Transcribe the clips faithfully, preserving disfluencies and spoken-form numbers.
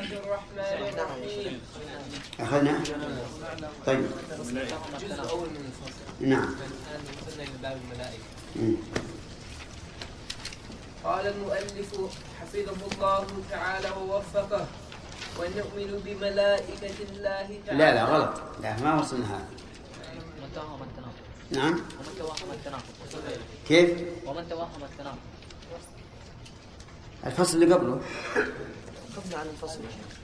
الرحمن الرحيم. أخذنا. طيب. جزء أول من الفصل. نعم. الآن وصلنا إلى باب الملائكة. قال المؤلف حفظه الله تعالى ووفقه: ونؤمن بملائكة الله تعالى. لا لا غلط، لا ما وصلنا هذا. ومن توهم التناقض. نعم. ومن توهم التناقض. كيف؟ ومن توهم التناقض. الفصل اللي قبله. قبل عن الفصل.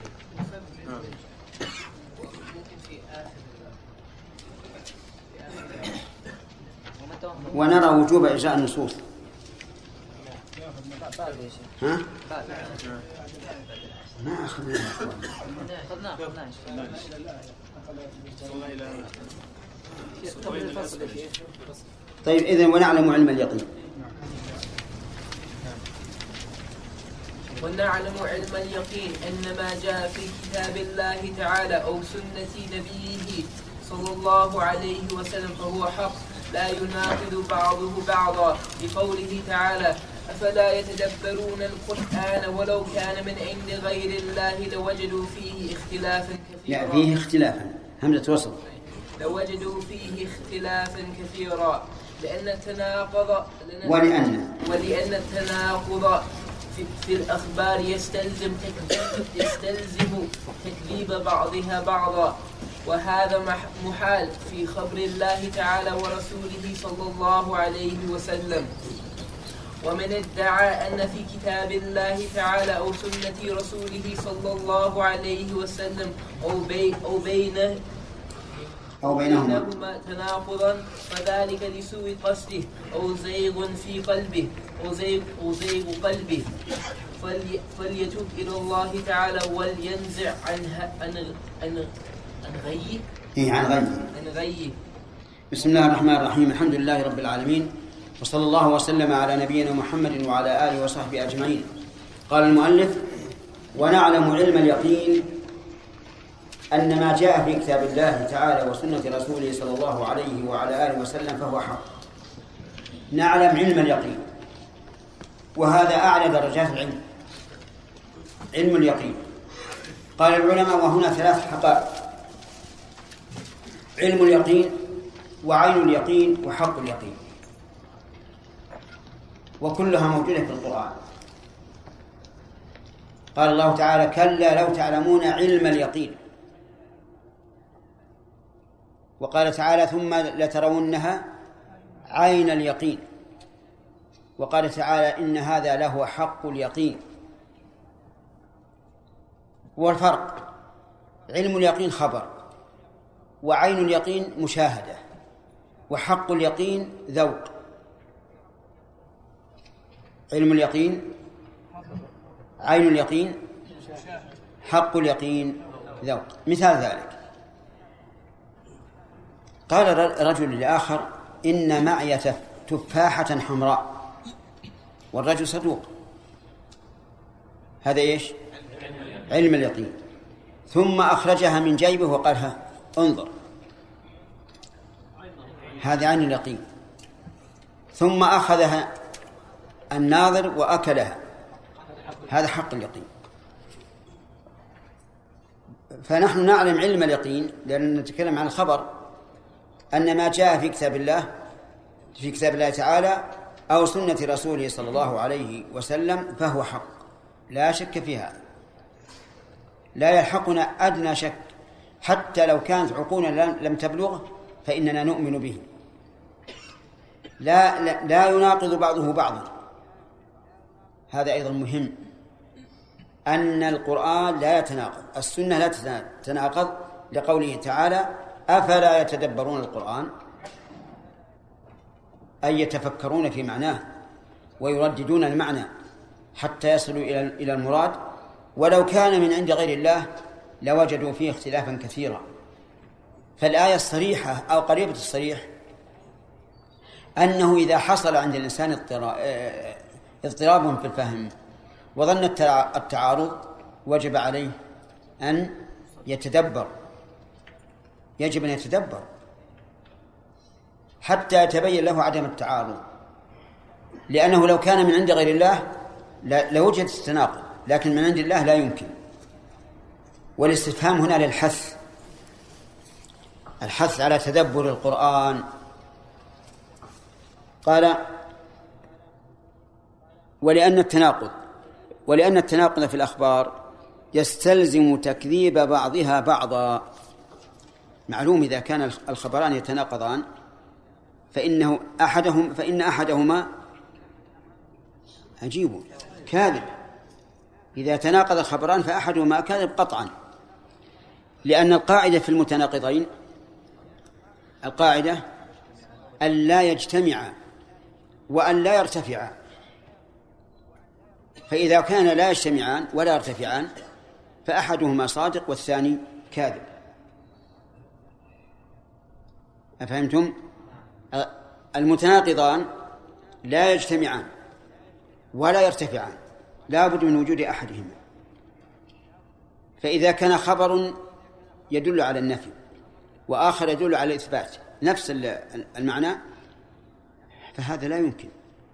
ونرى وجوب إجراء النصوص. ها؟ ما أخذنا. أخذنا طيب إذن ونعلم علم اليقين. ونعلم علم اليقين أن ما جاء في كتاب الله تعالى أو سنة نبيه صلى الله عليه وسلم فهو حق لا يناقض بعضه بعضا، لقوله تعالى: أفلا يتدبرون القرآن ولو كان من عند غير الله لوجدوا فيه اختلافا كثيرا. لا فيه اختلافا، همزة وصل. لوجدوا فيه اختلافا كثيرا لأن التناقض ولأن ولأن التناقض في, في الأخبار يستلزم يستلزم تكذيب بعضها بعضا، وهذا محال في خبر الله تعالى ورسوله صلى الله عليه وسلم. ومن ادعى أن في كتاب الله تعالى أو سنة رسوله صلى الله عليه وسلم أو, بي أو بينه أو بينهما تناقضا فذلك لسوء قصده أو زيغ في قلبه أو زيغ, أو زيغ قلبه فلي فليتوب إلى الله تعالى ولينزع عنها عن عن عن غيه إيه عن غيه عن غيه. بسم الله الرحمن الرحيم. الحمد لله رب العالمين، وصلى الله وسلم على نبينا محمد وعلى آله وصحبه أجمعين. قال المؤلف: ونعلم علم اليقين أن ما جاء في كتاب الله تعالى وسنة رسوله صلى الله عليه وعلى آله وسلم فهو حق. نعلم علم اليقين، وهذا أعلى درجات العلم، علم اليقين. قال العلماء: وهنا ثلاث حقائق: علم اليقين وعين اليقين وحق اليقين، وكلها موجودة في القرآن. قال الله تعالى: كلا لو تعلمون علم اليقين. وقال تعالى: ثم لترونها عين اليقين. وقال تعالى: إن هذا لهو حق اليقين. والفرق: علم اليقين خبر، وعين اليقين مشاهدة، وحق اليقين ذوق. علم اليقين عين اليقين، حق اليقين ذوق. مثال ذلك: قال رجل لآخر: إن معي تفاحة حمراء، والرجل صدوق. هذا إيش؟ علم اليقين. ثم أخرجها من جيبه وقال: ها انظر، هذا عين اليقين. ثم أخذها الناظر وأكلها، هذا حق اليقين. فنحن نعلم علم اليقين لأننا نتكلم عن الخبر، أن ما جاء في كتاب الله في كتاب الله تعالى أو سنة رسوله صلى الله عليه وسلم فهو حق، لا شك في هذا، لا يلحقنا أدنى شك، حتى لو كانت عقولنا لم تبلغه فإننا نؤمن به. لا, لا, لا يناقض بعضه بعضا. هذا أيضا مهم، أن القرآن لا يتناقض، السنة لا تتناقض، لقوله تعالى: أفلا يتدبرون القرآن، أي يتفكرون في معناه ويرددون المعنى حتى يصلوا إلى المراد، ولو كان من عند غير الله لوجدوا فيه اختلافا كثيرا. فالآية الصريحة أو قريبة الصريح أنه إذا حصل عند الإنسان اضطراب في الفهم وظن التعارض وجب عليه أن يتدبر، يجب أن يتدبر حتى يتبين له عدم التعارض، لأنه لو كان من عند غير الله لوجد التناقض، لكن من عند الله لا يمكن. والاستفهام هنا للحث، الحث على تدبر القرآن. قال ولأن التناقض ولأن التناقض في الأخبار يستلزم تكذيب بعضها بعضا. معلوم إذا كان الخبران يتناقضان فإنه أحدهم فإن أحدهما عجيب كاذب. إذا تناقض الخبران فأحدهما كاذب قطعا، لأن القاعدة في المتناقضين القاعدة أن لا يجتمعا وأن لا يرتفعا، فإذا كان لا يجتمعان ولا يرتفعان فأحدهما صادق والثاني كاذب. أفهمتم؟ المتناقضان لا يجتمعان ولا يرتفعان، لا بد من وجود أحدهما. فإذا كان خبر يدل على النفي وآخر يدل على الإثبات نفس المعنى فهذا لا يمكن،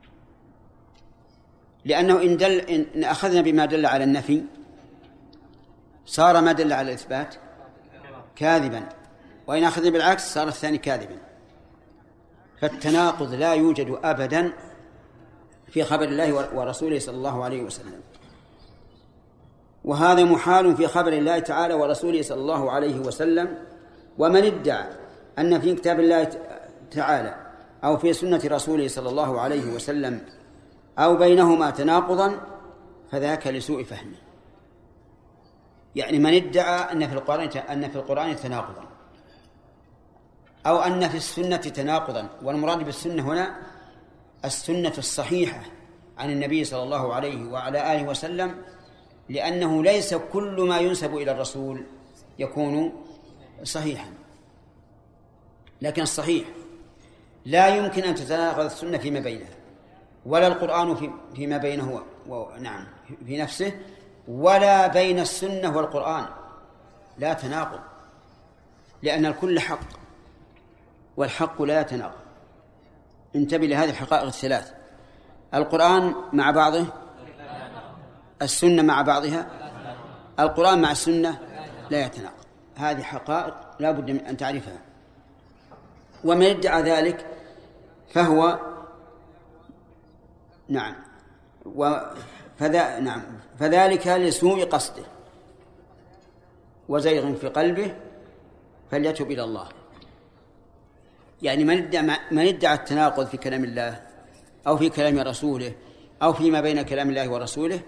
لأنه إن, دل إن أخذنا بما دل على النفي صار ما دل على الإثبات كاذبا، وإن أخذنا بالعكس صار الثاني كاذبا. فالتناقض لا يوجد أبدا في خبر الله ورسوله صلى الله عليه وسلم، وهذا محال في خبر الله تعالى ورسوله صلى الله عليه وسلم. ومن ادعى أن في كتاب الله تعالى أو في سنة رسوله صلى الله عليه وسلم أو بينهما تناقضا فذاك لسوء فهمه. يعني من ادعى أن في القرآن أن في القرآن تناقضا أو أن في السنة تناقضا، والمراد بالسنة هنا السنة الصحيحة عن النبي صلى الله عليه وعلى آله وسلم، لأنه ليس كل ما ينسب إلى الرسول يكون صحيحا، لكن الصحيح لا يمكن أن تتناقض السنة فيما بينها ولا القرآن فيما بينه نعم في نفسه، ولا بين السنة والقرآن لا تناقض، لأن الكل حق والحق لا يتناقض. انتبه لهذه الحقائق الثلاث: القرآن مع بعضه، السنة مع بعضها، القرآن مع السنة لا يتناقض. هذه حقائق لا بد من أن تعرفها. ومن ادعى ذلك فهو نعم وفذا نعم فذلك لسوء قصده وزيغ في قلبه فليتب إلى الله. يعني من ادعى من ادعى التناقض في كلام الله أو في كلام رسوله أو فيما بين كلام الله ورسوله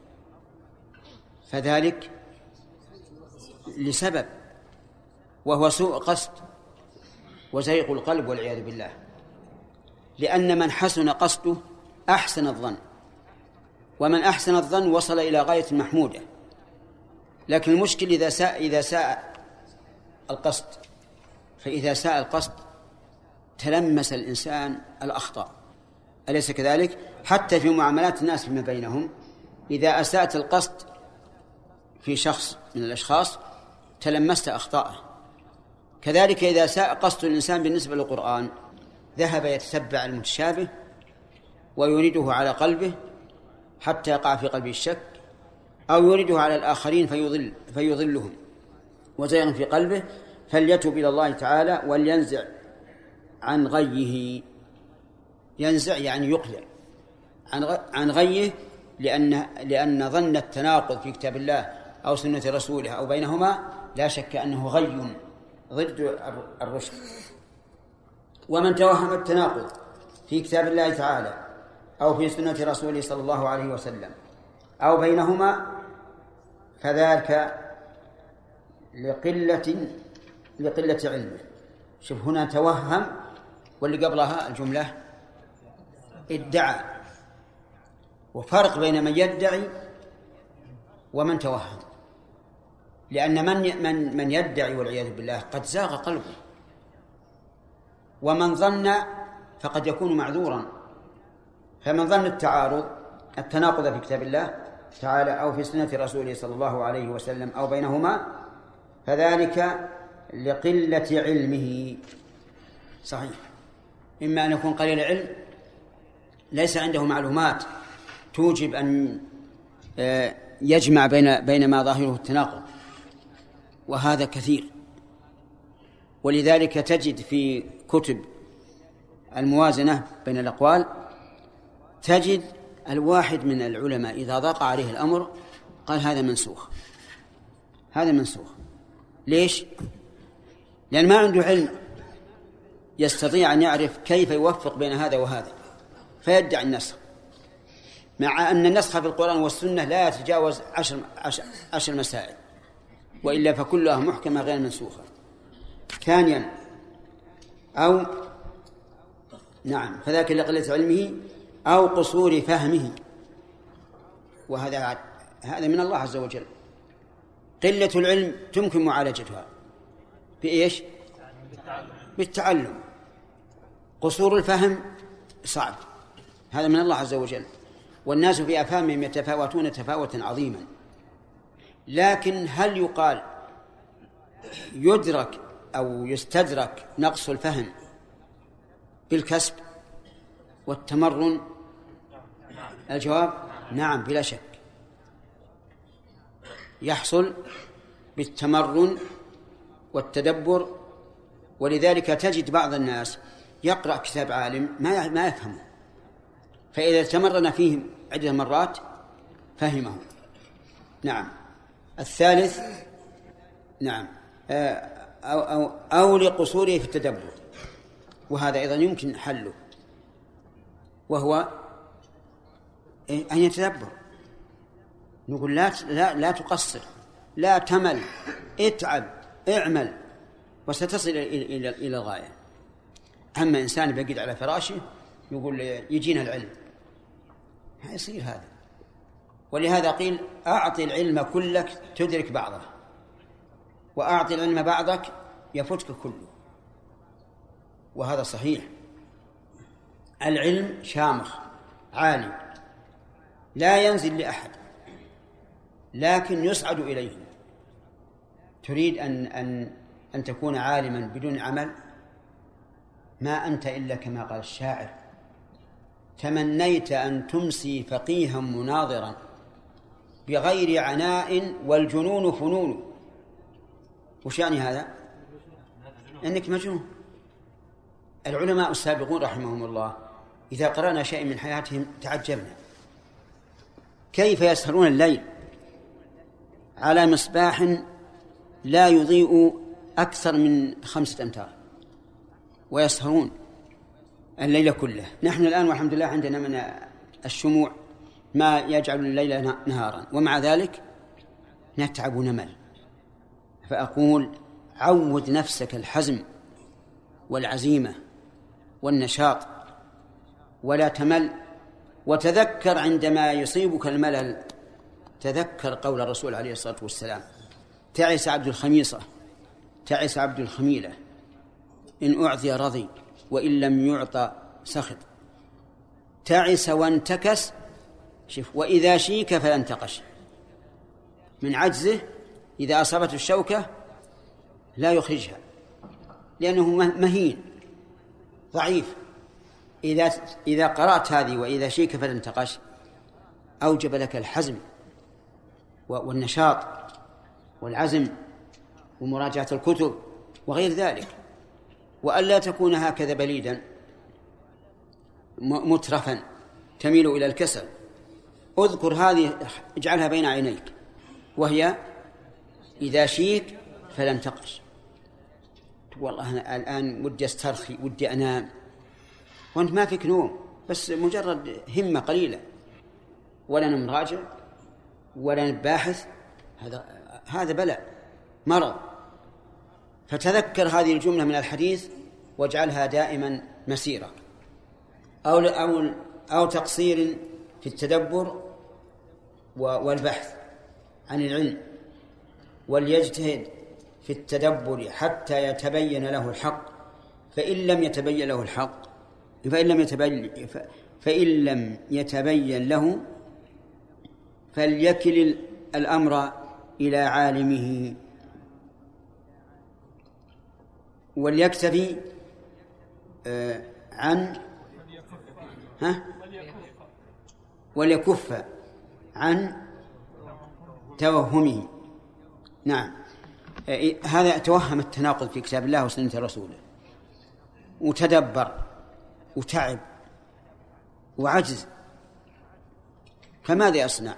فذلك لسبب، وهو سوء قصد وزيغ القلب والعياذ بالله. لأن من حسن قصده أحسن الظن، ومن أحسن الظن وصل إلى غاية محمودة. لكن المشكل إذا ساء إذا ساء القصد، فإذا ساء القصد تلمس الإنسان الأخطاء، أليس كذلك؟ حتى في معاملات الناس فيما بينهم إذا أساءت القصد في شخص من الأشخاص تلمست أخطاءه. كذلك إذا ساء قصد الإنسان بالنسبة للقرآن ذهب يتتبع المتشابه ويريده على قلبه حتى يقع في قلبه الشك، أو يريده على الآخرين فيضل فيضلهم وزين في قلبه. فليتب إلى الله تعالى ولينزع عن غيه. ينزع يعني يقلع عن غيه، لأن لأن ظن التناقض في كتاب الله أو سنة رسوله أو بينهما لا شك أنه غي ضد الرشد. ومن توهم التناقض في كتاب الله تعالى أو في سنة رسوله صلى الله عليه وسلم أو بينهما فذلك لقلة لقلة علمه. شوف هنا توهم، واللي قبلها الجملة ادعى، وفرق بين من يدعي ومن توهم. لأن من من من يدعي والعياذ بالله قد زاغ قلبه، ومن ظن فقد يكون معذورا. فمن ظن التعارض التناقض في كتاب الله تعالى أو في سنة رسوله صلى الله عليه وسلم أو بينهما فذلك لقلة علمه. صحيح، إما أن يكون قليل علم ليس عنده معلومات توجب أن يجمع بين بين ما ظاهره التناقض، وهذا كثير. ولذلك تجد في كتب الموازنة بين الأقوال تجد الواحد من العلماء إذا ضاق عليه الأمر قال هذا منسوخ، هذا منسوخ. ليش؟ لأن ما عنده علم يستطيع أن يعرف كيف يوفق بين هذا وهذا فيدعي النسخ، مع أن النسخ في القرآن والسنة لا يتجاوز عشر, عشر, عشر مسائل، وإلا فكلها محكمة غير منسوخة. ثانيا أو نعم فذاك لقلة علمه أو قصور فهمه، وهذا هذا من الله عز وجل. قلة العلم تمكن معالجتها بإيش؟ بالتعلم. قصور الفهم صعب، هذا من الله عز وجل. والناس في أفهامهم يتفاوتون تفاوتا عظيما، لكن هل يقال يدرك أو يستدرك نقص الفهم بالكسب والتمرن؟ الجواب نعم بلا شك، يحصل بالتمرن والتدبر. ولذلك تجد بعض الناس يقرأ كتاب عالم ما ما يفهمه، فإذا تمرن فيه عدة مرات فهمه. نعم. الثالث نعم أو, أو, أو لقصوره في التدبر، وهذا أيضا يمكن حله، وهو أن يتدبر. نقول لا لا لا تقصر، لا تمل، اتعب، اعمل، وستصل إلى إلى الغاية. أما إنسان بيقعد على فراشه يقول يجينا العلم، ما يصير هذا. ولهذا قيل أعطي العلم كلك تدرك بعضه، وأعطي العلم بعضك يفوتك كله، وهذا صحيح. العلم شامخ عالي لا ينزل لأحد، لكن يصعد إليه. تريد أن أن أن تكون عالما بدون عمل؟ ما أنت إلا كما قال الشاعر: تمنيت أن تمسي فقيها مناظرا بغير عناء والجنون فنون. وش يعني هذا؟ أنك مجنون. العلماء السابقون رحمهم الله إذا قرأنا شيء من حياتهم تعجبنا، كيف يسهرون الليل على مصباح لا يضيء أكثر من خمسة أمتار، ويسهرون الليل كله. نحن الآن والحمد لله عندنا من الشموع ما يجعل الليل نهارا، ومع ذلك نتعب ونمل. فأقول عود نفسك الحزم والعزيمة والنشاط، ولا تمل. وتذكر عندما يصيبك الملل، تذكر قول الرسول عليه الصلاة والسلام: تعس عبد الخميصة، تعس عبد الخميلة، إن أعطي رضي وإن لم يعطى سخط، تعس وانتكس، شوف، وإذا شيك فلا انتقش. من عجزه إذا أصابته الشوكة لا يخرجها لأنه مهين ضعيف. إذا إذا قرأت هذه وإذا شيك فلا انتقش أوجب لك الحزم والنشاط والعزم ومراجعة الكتب وغير ذلك، وألا تكون هكذا بليدا مترفا تميل إلى الكسل. اذكر هذه، اجعلها بين عينيك، وهي إذا شيك فلا انتقش. والله أنا الآن ودي استرخي، ودي أنام، وأنت ما فيك نوم، بس مجرد همة قليلة، ولا نمراجع ولا نباحث، هذا هذا بلاء مرض. فتذكر هذه الجملة من الحديث واجعلها دائما مسيرة. أو أو أو تقصير في التدبر والبحث عن العلم، وليجتهد في التدبر حتى يتبين له الحق، فإن لم يتبين له الحق فإن لم يتبين فإن لم يتبين له فليكل الأمر إلى عالمه، وليكتفي عن ها وليكف عن توهمه. نعم. هذا توهم التناقض في كتاب الله وسنة رسوله، وتدبر وتعب وعجز، فماذا يصنع؟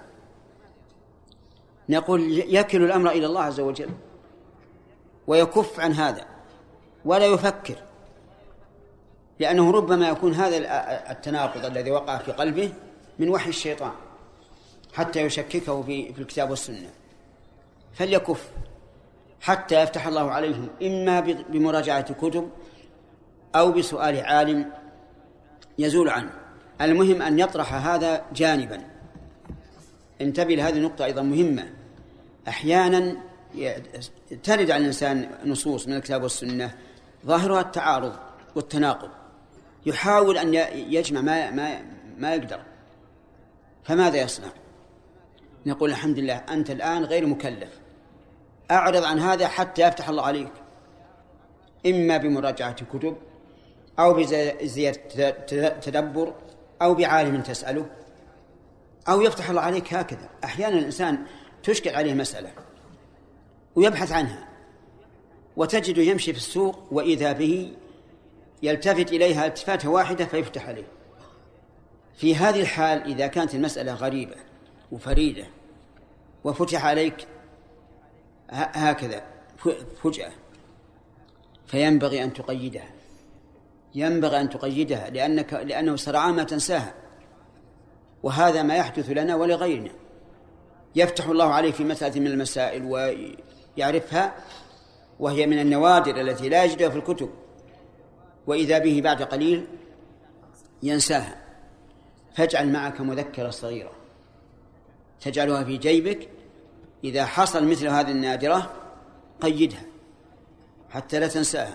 نقول يكل الأمر إلى الله عز وجل ويكف عن هذا ولا يفكر، لأنه ربما يكون هذا التناقض الذي وقع في قلبه من وحي الشيطان حتى يشككه في في الكتاب والسنة، فليكف حتى يفتح الله عليهم إما بمراجعة كتب أو بسؤال عالم يزول عنه. المهم أن يطرح هذا جانبا. انتبه لهذه النقطة أيضا مهمة. أحيانا ترد على الإنسان نصوص من الكتاب والسنة ظاهرها التعارض والتناقض، يحاول أن يجمع ما ما ما يقدر، فماذا يصنع؟ نقول الحمد لله أنت الآن غير مكلف، أعرض عن هذا حتى يفتح الله عليك، إما بمراجعة كتب أو بزيادة تدبر أو بعالم تسأله أو يفتح الله عليك هكذا. أحيانا الإنسان تشكل عليه مسألة ويبحث عنها وتجد يمشي في السوق وإذا به يلتفت إليها التفاتة واحدة فيفتح عليه. في هذه الحال إذا كانت المسألة غريبة وفريدة وفتح عليك هكذا فجأة فينبغي أن تقيدها، ينبغي أن تقيدها لأنك لأنه سرعان ما تنساها، وهذا ما يحدث لنا ولغيرنا. يفتح الله عليه في مسألة من المسائل ويعرفها وهي من النوادر التي لا يجدها في الكتب، وإذا به بعد قليل ينساها. فاجعل معك مذكرة صغيرة تجعلها في جيبك، إذا حصل مثل هذه النادرة قيدها حتى لا تنساها،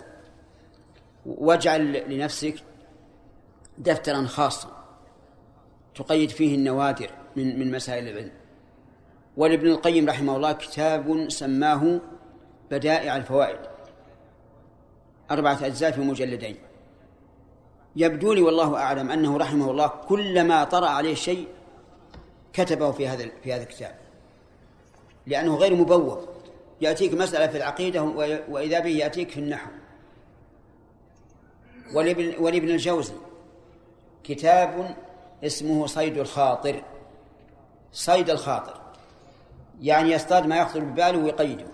واجعل لنفسك دفترا خاصا تقيد فيه النوادر من من مسائل العلم. ولابن القيم رحمه الله كتاب سماه بدائع الفوائد، أربعة أجزاء في مجلدين. يبدو لي والله أعلم أنه رحمه الله كلما طرأ عليه شيء كتبه في هذا في هذا الكتاب، لأنه غير مبوب. يأتيك مسألة في العقيدة وإذا به يأتيك في النحو. ولابن, ولابن الجوزي كتاب اسمه صيد الخاطر، صيد الخاطر يعني يصطاد ما يخطر بباله ويقيده،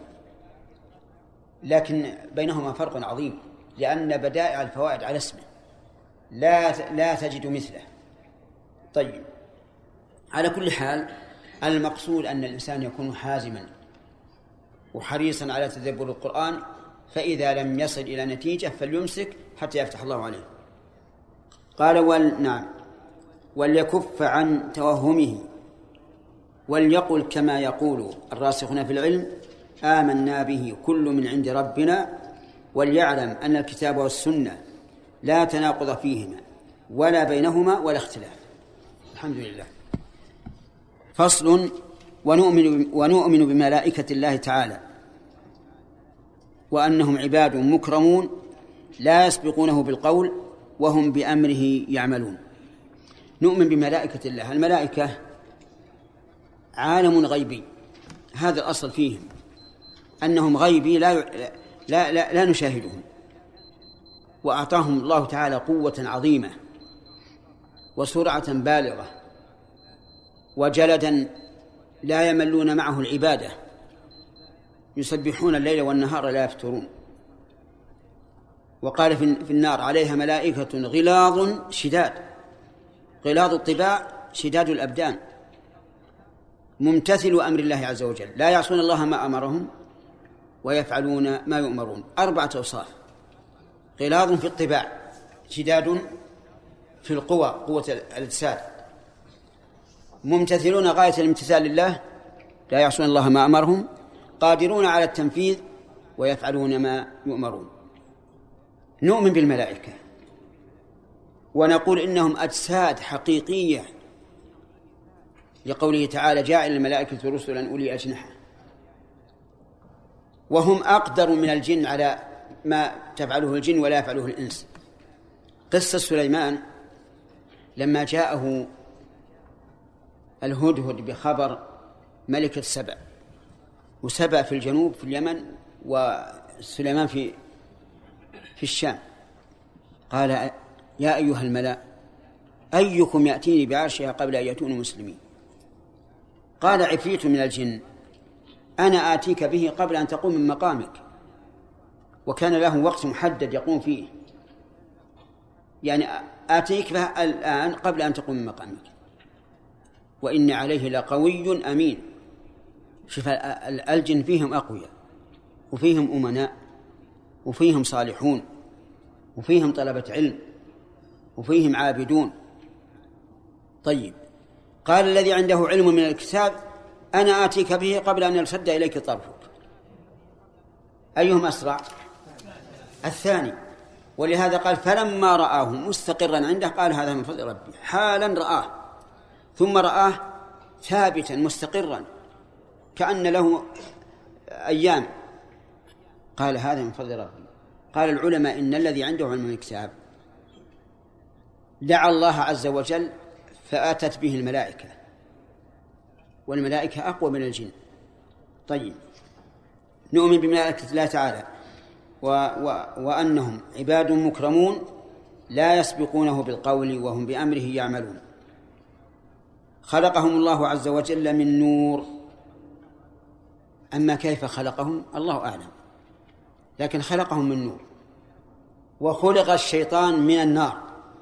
لكن بينهما فرق عظيم، لأن بدائع الفوائد على اسمه لا لا تجد مثله. طيب، على كل حال المقصود أن الإنسان يكون حازما وحريصا على تدبر القرآن، فإذا لم يصل إلى نتيجة فليمسك حتى يفتح الله عليه. قال ول نعم وليكف عن توهمه وليقل كما يقول الراسخون في العلم آمنا به كل من عند ربنا، وليعلم أن الكتاب والسنة لا تناقض فيهما ولا بينهما ولا اختلاف. الحمد لله. فصل. ونؤمن, ونؤمن بملائكة الله تعالى وأنهم عباد مكرمون لا يسبقونه بالقول وهم بأمره يعملون. نؤمن بملائكة الله. الملائكة عالم غيبي، هذا الأصل فيهم أنهم غيبي لا, لا, لا, لا نشاهدهم، وأعطاهم الله تعالى قوة عظيمة وسرعة بالغة وجلدا لا يملون معه العبادة، يسبحون الليل والنهار لا يفترون. وقال في النار عليها ملائكة غلاظ شداد، غلاظ الطباع شداد الأبدان، ممتثل أمر الله عز وجل، لا يعصون الله ما أمرهم ويفعلون ما يؤمرون. أربعة أوصاف: غلاظ في الطباع، شداد في القوى قوة الأجساد، ممتثلون غاية الامتثال لله لا يعصون الله ما أمرهم، قادرون على التنفيذ ويفعلون ما يؤمرون. نؤمن بالملائكة ونقول إنهم أجساد حقيقية، لقوله تعالى جاعل الملائكة رسلا أولي أجنحة، وهم أقدر من الجن على ما تفعله الجن ولا يفعله الإنس. قصة سليمان لما جاءه الهدهد بخبر ملكة سبأ، وسبأ في الجنوب في اليمن وسليمان في في الشام. قال يا أيها الملأ أيكم يأتيني بعرشها قبل أن يأتوني مسلمين؟ قال عفريت من الجن أنا آتيك به قبل أن تقوم من مقامك. وكان له وقت محدد يقوم فيه، يعني آتيك به الآن قبل أن تقوم من مقامك، وإني عليه لقوي أمين. شوف الجن فيهم أقوياء وفيهم أمناء وفيهم صالحون وفيهم طلبة علم وفيهم عابدون. طيب، قال الذي عنده علم من الكتاب أنا آتيك به قبل أن يرتد إليك طرفك. أيهم أسرع؟ الثاني. ولهذا قال فلما رآه مستقرا عنده قال هذا من فضل ربي. حالا رآه، ثم رآه ثابتا مستقرا كأن له أيام، قال هذا من فضل ربي. قال العلماء إن الذي عنده علم من الكتاب دعا الله عز وجل فآتت به الملائكة، والملائكة أقوى من الجن. طيب، نؤمن بملائكة الله تعالى و و وأنهم عباد مكرمون لا يسبقونه بالقول وهم بأمره يعملون. خلقهم الله عز وجل من نور، أما كيف خلقهم الله أعلم، لكن خلقهم من نور. وخلق الشيطان من النار،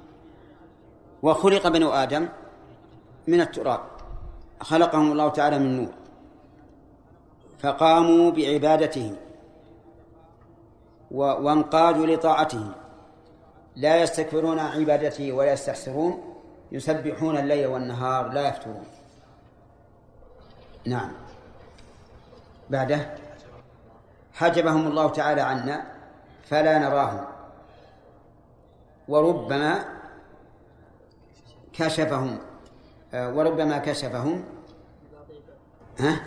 وخلق بنو آدم من التراب. خلقهم الله تعالى من نور فقاموا بعبادته وانقادوا لطاعته، لا يستكبرون عن عبادته ولا يستحسرون، يسبحون الليل والنهار لا يفترون. نعم. بعده حجبهم الله تعالى عنا فلا نراهم، وربما كشفهم وربما كشفهم ها؟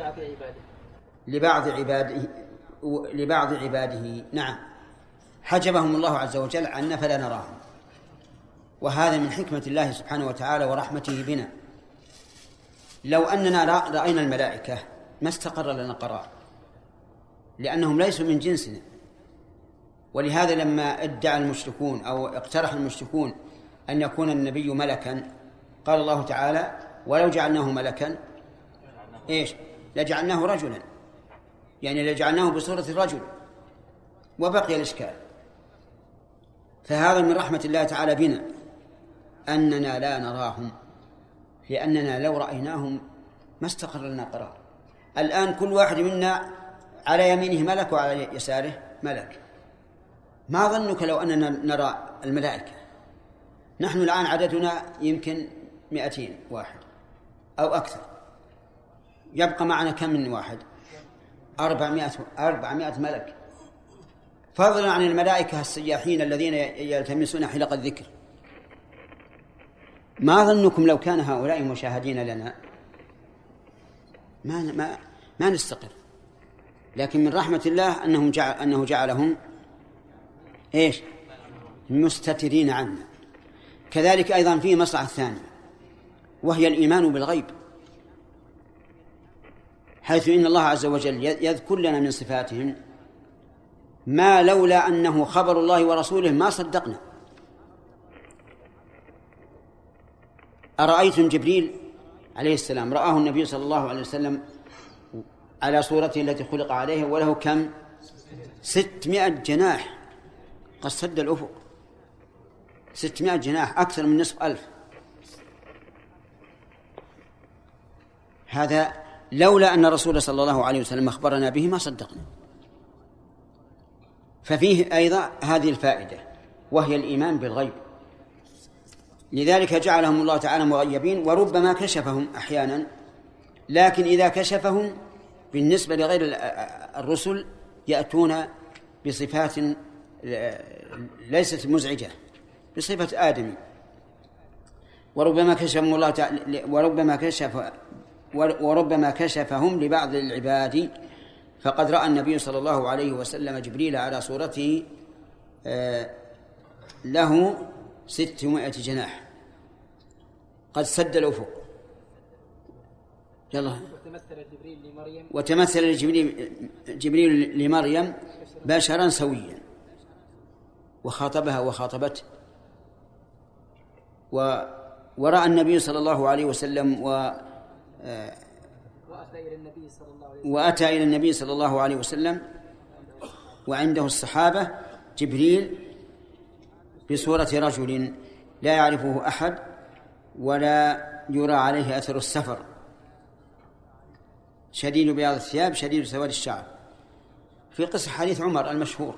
لبعض عباده لبعض عباده. نعم، حجبهم الله عز وجل عنا فلا نراهم، وهذا من حكمة الله سبحانه وتعالى ورحمته بنا. لو أننا رأينا الملائكة ما استقر لنا قرار، لأنهم ليسوا من جنسنا. ولهذا لما ادعى المشركون أو اقترح المشركون أن يكون النبي ملكا، قال الله تعالى ولو جعلناه ملكا إيش لجعلناه رجلا، يعني لجعلناه بصورة الرجل، وبقي الإشكال. فهذا من رحمة الله تعالى بنا أننا لا نراهم، لأننا لو رأيناهم ما استقر لنا قرار. الآن كل واحد منا على يمينه ملك وعلى يساره ملك. ما ظنك لو أننا نرى الملائكة؟ نحن الآن عددنا يمكن مئتين واحد أو أكثر، يبقى معنا كم من واحد؟ أربعمائة أربعمائة ملك، فضلا عن الملائكة السياحين الذين يلتمسون حلق الذكر. ما ظنكم لو كان هؤلاء مشاهدين لنا؟ ما ما ما نستقر. لكن من رحمة الله أنهم جعل أنه جعلهم إيش مستترين عنا. كذلك أيضا فيه مصلحة ثانية، وهي الإيمان بالغيب، حيث إن الله عز وجل يذكر لنا من صفاتهم ما لولا أنه خبر الله ورسوله ما صدقنا. أرأيتم جبريل عليه السلام رآه النبي صلى الله عليه وسلم على صورته التي خلق عليها، وله كم؟ ستمائة جناح، قد سد الأفق. ستمائة جناح، أكثر من نصف ألف. هذا لولا أن الرسول صلى الله عليه وسلم أخبرنا به ما صدقنا. ففيه أيضا هذه الفائدة، وهي الإيمان بالغيب. لذلك جعلهم الله تعالى مغيبين، وربما كشفهم أحيانا، لكن إذا كشفهم بالنسبة لغير الرسل يأتون بصفات ليست مزعجة، بصفة آدم. وربما كشفهم الله تعالى وربما كشف وربما كشفهم لبعض العباد، فقد رأى النبي صلى الله عليه وسلم جبريل على صورته له ستمائة جناح، قد سد الأفق. يلا. وتمثل جبريل لمريم وتمثل جبريل, جبريل لمريم بشرا سويا وخاطبها وخاطبته. و ورأى النبي صلى الله عليه وسلم و وأتى إلى النبي صلى الله عليه وسلم وأتى إلى النبي صلى الله عليه وسلم وعنده الصحابة جبريل بصورة رجل لا يعرفه أحد ولا يرى عليه أثر السفر، شديد بياض الثياب شديد سواد الشعر، في قصة حديث عمر المشهور.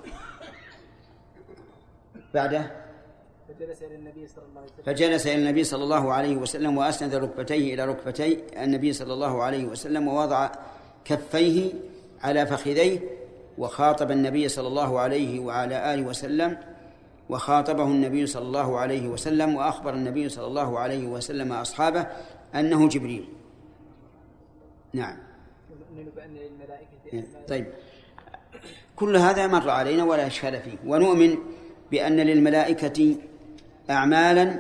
بعده فجلس إلى النبي صلى الله عليه وسلم فجلس إلى النبي صلى الله عليه وسلم وأسند ركبتيه إلى ركبتي النبي صلى الله عليه وسلم ووضع كفيه على فخذيه وخاطب النبي صلى الله عليه وعلى آله وسلم وخاطبه النبي صلى الله عليه وسلم وأخبر النبي صلى الله عليه وسلم أصحابه أنه جبريل. نعم. ونؤمن بأن للملائكة طيب، كل هذا مر علينا ولا إشكال فيه. ونؤمن بأن للملائكة أعمالا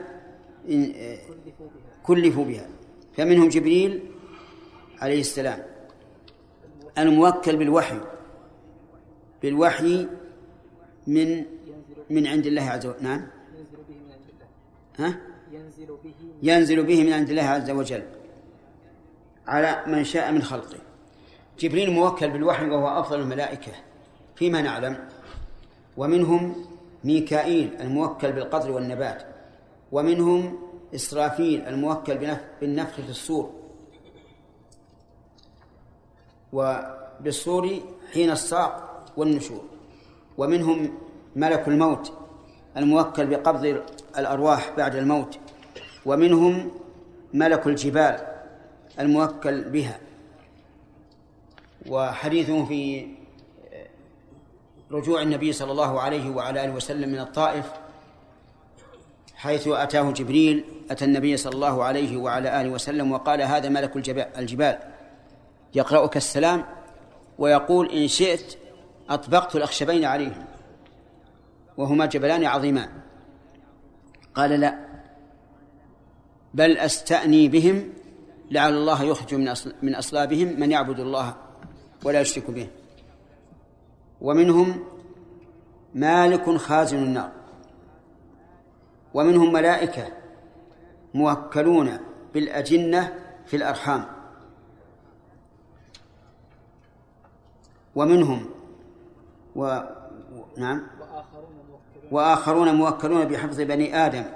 كلفوا بها، فمنهم جبريل عليه السلام الموكل بالوحي بالوحي من من عند الله عز وجل. نعم. ينزل به من عند الله. ها؟ ينزل به ينزل به من عند الله عز وجل على من شاء من خلقه. جبريل موكل بالوحي وهو أفضل الملائكة فيما نعلم. ومنهم ميكائيل الموكل بالقدر والنبات، ومنهم إسرافيل الموكل بالنفخ في الصور وبالصور حين الصاق والنشور، ومنهم ملك الموت الموكل بقبض الأرواح بعد الموت، ومنهم ملك الجبال الموكل بها. وحديثه في رجوع النبي صلى الله عليه وعلى آله وسلم من الطائف حيث أتاه جبريل أتى النبي صلى الله عليه وعلى آله وسلم وقال: هذا ملك الجبال يقرأك السلام ويقول إن شئت أطبقت الأخشبين عليهم، وهما جبلان عظيمان. قال: لا، بل أستأني بهم لعل الله يخرج من أصلابهم من يعبد الله ولا يشرك به. ومنهم مالك خازن النار، ومنهم ملائكة موكلون بالأجنة في الأرحام، ومنهم و... نعم وآخرون موكلون بحفظ بني آدم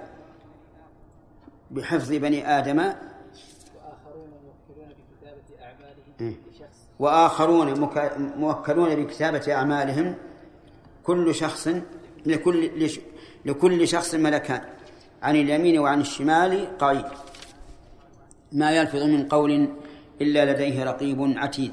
بحفظ بني آدم وآخرون موكلون بكتابة أعمالهم لشخص وآخرون موكلون بكتابة أعمالهم كل شخص لكل لكل شخص ملكان عن اليمين وعن الشمال قعيد ما يلفظ من قول إلا لديه رقيب عتيد.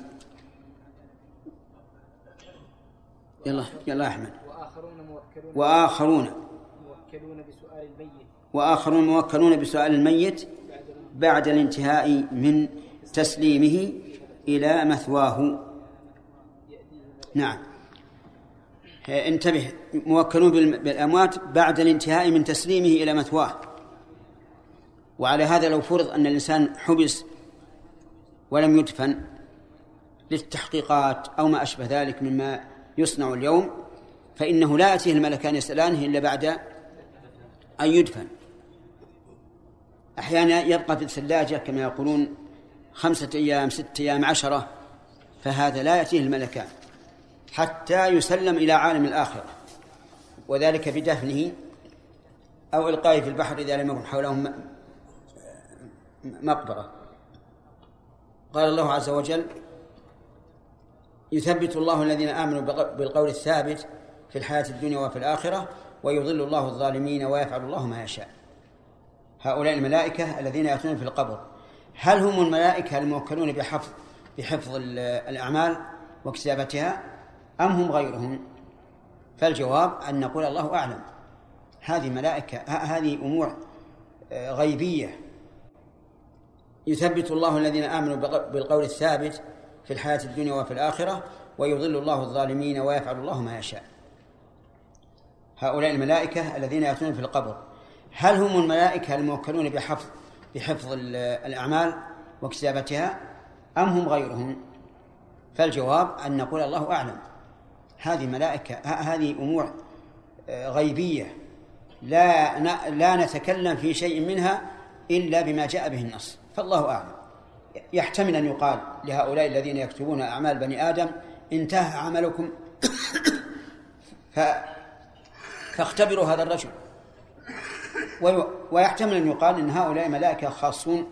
يلا يلا أحمد. وآخرون موكلون وآخرون موكلون بسؤال الميت وآخرون موكلون بسؤال الميت بعد الانتهاء من تسليمه إلى مثواه. نعم، انتبه، موكلون بالأموات بعد الانتهاء من تسليمه إلى مثواه. وعلى هذا لو فرض أن الإنسان حبس ولم يدفن للتحقيقات أو ما أشبه ذلك مما يصنع اليوم، فإنه لا يأتيه الملكان يسألانه إلا بعد أن يدفن. أحيانا يبقى في الثلاجة كما يقولون خمسة أيام ستة أيام عشرة، فهذا لا يأتيه الملكان حتى يسلم إلى عالم الآخرة، وذلك بدفنه أو إلقائه في البحر إذا لم يكن حولهم مقبرة. قال الله عز وجل: يثبت الله الذين آمنوا بالقول الثابت في الحياة الدنيا وفي الآخرة ويضل الله الظالمين ويفعل الله ما يشاء. هؤلاء الملائكة الذين يأتون في القبر، هل هم الملائكة الموكلون بحفظ بحفظ الأعمال وكتابتها أم هم غيرهم؟ فالجواب أن نقول الله أعلم. هذه ملائكة، هذه أمور غيبية. يثبت الله الذين آمنوا بالقول الثابت في الحياة الدنيا وفي الآخرة ويضل الله الظالمين ويفعل الله ما يشاء. هؤلاء الملائكة الذين يأتون في القبر، هل هم الملائكة الموكلون بحفظ بحفظ الأعمال وكتابتها أم هم غيرهم؟ فالجواب أن نقول الله أعلم. هذه ملائكة، هذه أمور غيبية لا لا نتكلم في شيء منها إلا بما جاء به النص، فالله أعلم. يحتمل أن يقال لهؤلاء الذين يكتبون أعمال بني آدم انتهى عملكم فاختبروا هذا الرجل، ويحتمل أن يقال إن هؤلاء ملائكة خاصون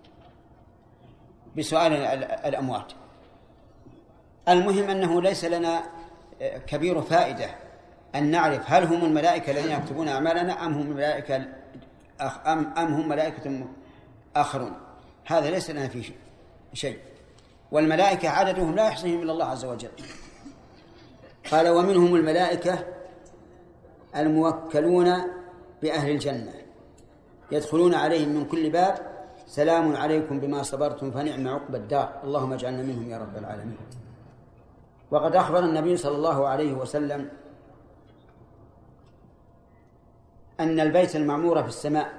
بسؤال الأموات. المهم أنه ليس لنا كبير فائدة أن نعرف هل هم الملائكة الذين يكتبون أعمالنا أم هم ملائكة أم أم هم ملائكة آخرون. هذا ليس لنا فيه شيء، والملائكة عددهم لا يحصيهم إلا الله عز وجل. قال ومنهم الملائكة الموكلون بأهل الجنة يدخلون عليهم من كل باب سلام عليكم بما صبرتم فنعم عقبى الدار اللهم اجعلنا منهم يا رب العالمين. وقد أخبر النبي صلى الله عليه وسلم أن البيت المعمور في السماء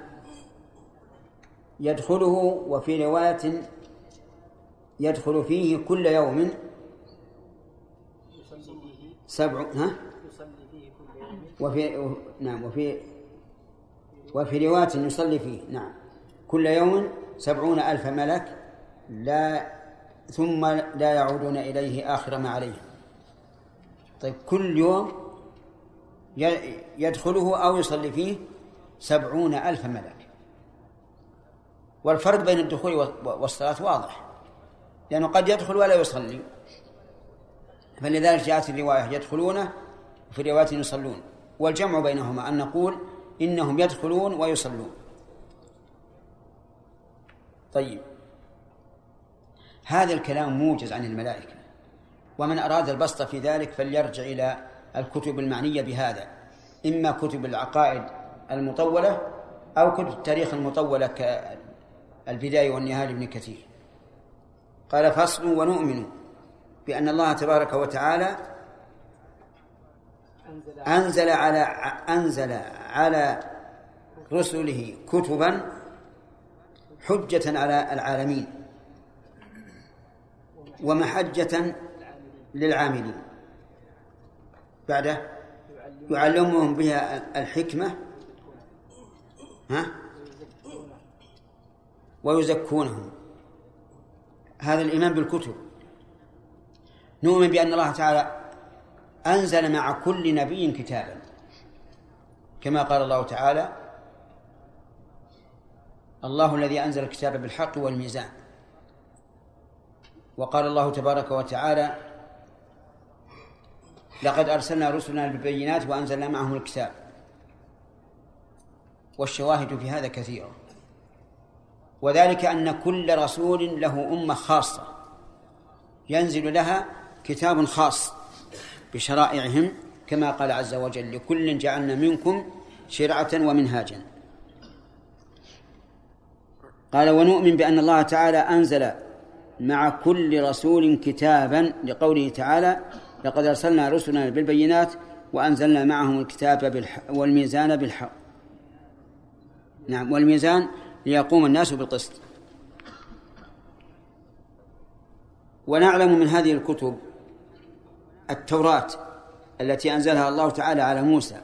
يدخله، وفي رواية يدخل فيه كل يوم سبع ها وفي نعم وفي وفي رواية يصلي فيه نعم كل يوم سبعون ألف ملك لا ثم لا يعودون إليه آخر ما عليه. طيب كل يوم يدخله أو يصلي فيه سبعون ألف ملك، والفرق بين الدخول والصلاة واضح، لأنه قد يدخل ولا يصلي، فلذلك جاءت الرواية يدخلونه وفي رواية يصلون، والجمع بينهما أن نقول إنهم يدخلون ويصلون. طيب هذا الكلام موجز عن الملائكة، ومن أراد البسط في ذلك فليرجع إلى الكتب المعنية بهذا، إما كتب العقائد المطولة أو كتب التاريخ المطولة كالبداية والنهاية لابن كثير. قال فصل ونؤمن بأن الله تبارك وتعالى أنزل على أنزل على رسله كتبا حجة على العالمين ومحجة للعاملين، بعده يعلمهم بها الحكمة ها ويزكونهم. هذا الإيمان بالكتب. نؤمن بأن الله تعالى أنزل مع كل نبي كتابا، كما قال الله تعالى الله الذي أنزل الكتاب بالحق والميزان. وقال الله تبارك وتعالى لقد أرسلنا رسلنا بالبينات وأنزلنا معهم الكتاب. والشواهد في هذا كثيرة، وذلك أن كل رسول له أمة خاصة ينزل لها كتاب خاص بشرائعهم، كما قال عز وجل لكل جعلنا منكم شرعة ومنهاجا. قال ونؤمن بأن الله تعالى أنزل مع كل رسول كتابا، لقوله تعالى لقد أرسلنا رسلنا بالبينات وأنزلنا معهم الكتاب والميزان بالحق. نعم، والميزان ليقوم الناس بالقسط. ونعلم من هذه الكتب التوراة التي أنزلها الله تعالى على موسى،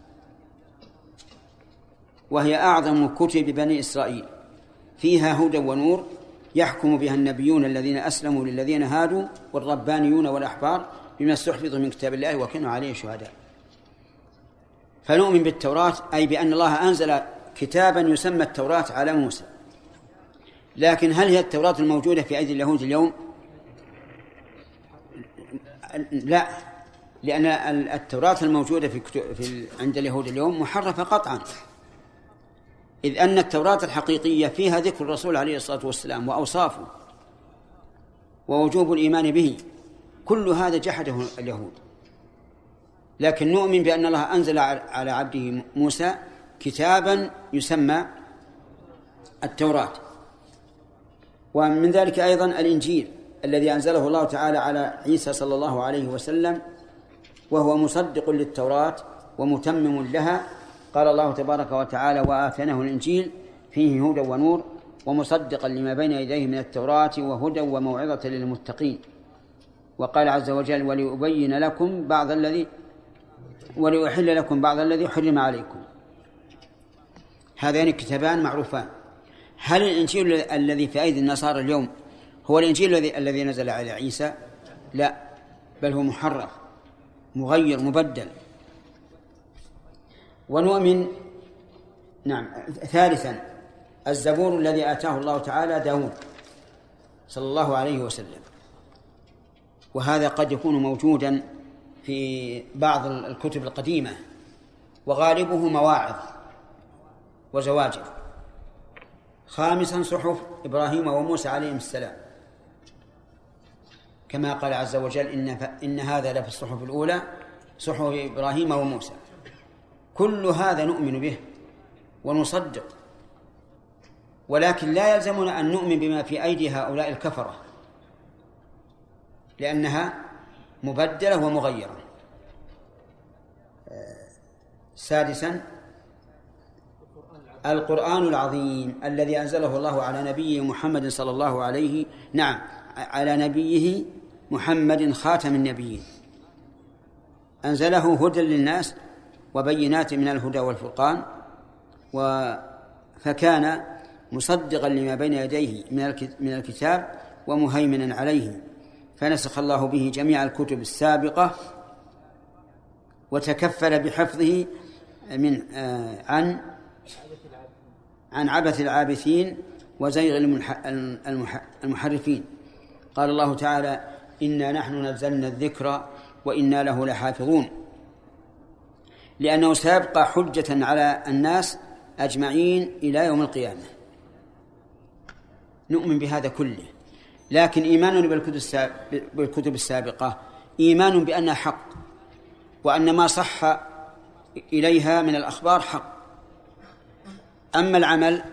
وهي أعظم كتب بني إسرائيل، فيها هدى ونور يحكم بها النبيون الذين أسلموا للذين هادوا والربانيون والأحبار بما استحفظوا من كتاب الله وكانوا عليه شهداء. فنؤمن بالتوراة أي بأن الله أنزل كتابا يسمى التوراة على موسى. لكن هل هي التوراة الموجودة في أيدي اليهود اليوم؟ لا، لأن التوراة الموجودة في, في عند اليهود اليوم محرفة قطعا، إذ أن التوراة الحقيقية فيها ذكر الرسول عليه الصلاة والسلام وأوصافه ووجوب الإيمان به، كل هذا جحده اليهود. لكن نؤمن بأن الله أنزل على عبده موسى كتابا يسمى التوراة. ومن ذلك أيضا الإنجيل الذي أنزله الله تعالى على عيسى صلى الله عليه وسلم، وهو مصدق للتوراة ومتمم لها. قال الله تبارك وتعالى وآتيناه الإنجيل فيه هدى ونور ومصدقا لما بين يديه من التوراة وهدى وموعظة للمتقين. وقال عز وجل وليبين لكم بعض الذي وليحل لكم بعض الذي حرم عليكم. هذان الكتابان معروفان. هل الإنجيل الذي في أيدي النصارى اليوم هو الإنجيل الذي الذي نزل على عيسى؟ لا، بل هو محرف مغير مبدل. ونؤمن نعم ثالثا الزبور الذي آتاه الله تعالى داود صلى الله عليه وسلم، وهذا قد يكون موجودا في بعض الكتب القديمة، وغالبه مواعظ وزواجر. خامسا صحف إبراهيم وموسى عليهم السلام، كما قال عز وجل إن, إن هذا لفي الصحف الأولى صحف إبراهيم وموسى. كل هذا نؤمن به ونصدق، ولكن لا يلزمنا أن نؤمن بما في أيدي هؤلاء الكفرة، لأنها مبدلة ومغيرة. سادسا القرآن العظيم الذي أنزله الله على نبيه محمد صلى الله عليه نعم على نبيه محمد خاتم النبيين، أنزله هدى للناس وبينات من الهدى والفرقان، فكان مصدقا لما بين يديه من الكتاب ومهيمنا عليه، فنسخ الله به جميع الكتب السابقة وتكفل بحفظه من عن عن عبث العابثين وزيغ المحرفين. قال الله تعالى إنا نحن نزلنا الذكر وإنا له لحافظون، لأنه سيبقى حجة على الناس أجمعين إلى يوم القيامة. نؤمن بهذا كله، لكن إيماننا بالكتب السابقة إيمان بأنها حق، وأن ما صح إليها من الأخبار حق. أما العمل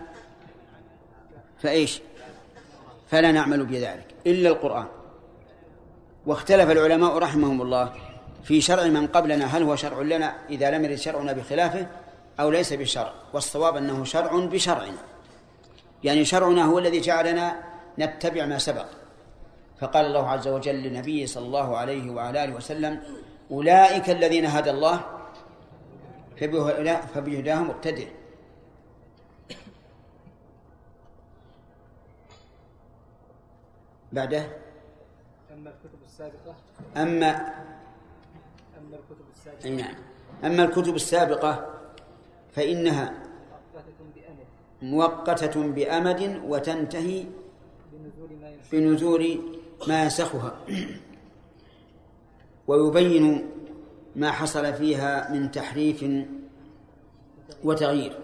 فإيش؟ فلا نعمل بذلك إلا القرآن. واختلف العلماء رحمهم الله في شرع من قبلنا، هل هو شرع لنا إذا لم يرد شرعنا بخلافه أو ليس بشرع؟ والصواب أنه شرع بشرعنا، يعني شرعنا هو الذي جعلنا نتبع ما سبق. فقال الله عز وجل لنبيه صلى الله عليه وعلى آله وسلم أولئك الذين هدى الله فبهداهم مقتدر. بعده أما الكتب السابقة أما أما الكتب السابقة نعم أما الكتب السابقة فإنها مؤقتة بأمد وتنتهي بنزول ما ينسخها، ويبين ما حصل فيها من تحريف وتغيير،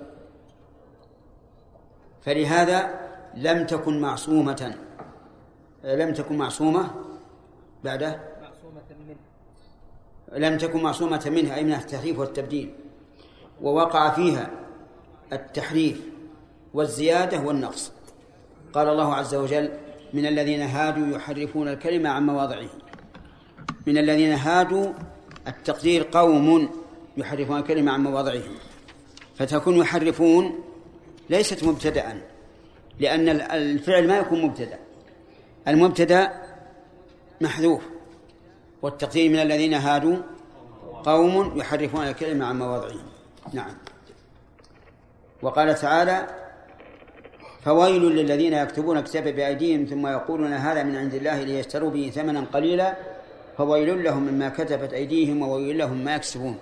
فلهذا لم تكن معصومة لم تكن معصومة بعده معصومة منه لم تكن معصومة منها أي من التحريف والتبديل، ووقع فيها التحريف والزيادة والنقص. قال الله عز وجل من الذين هادوا يحرفون الكلمة عن مواضعه. من الذين هادوا التقدير قوم يحرفون الكلمة عن مواضعه، فتكون يحرفون ليست مبتدأ، لأن الفعل ما يكون مبتدأ، المبتدأ محذوف، والتقدير من الذين هادوا قوم يحرفون الكلمة عن مواضعه. نعم. وقال تعالى فويل للذين يكتبون الكتاب بأيديهم ثم يقولون هذا من عند الله ليشتروا به ثمنا قليلا فويل لهم مما كتبت أيديهم وويل لهم ما يكسبون.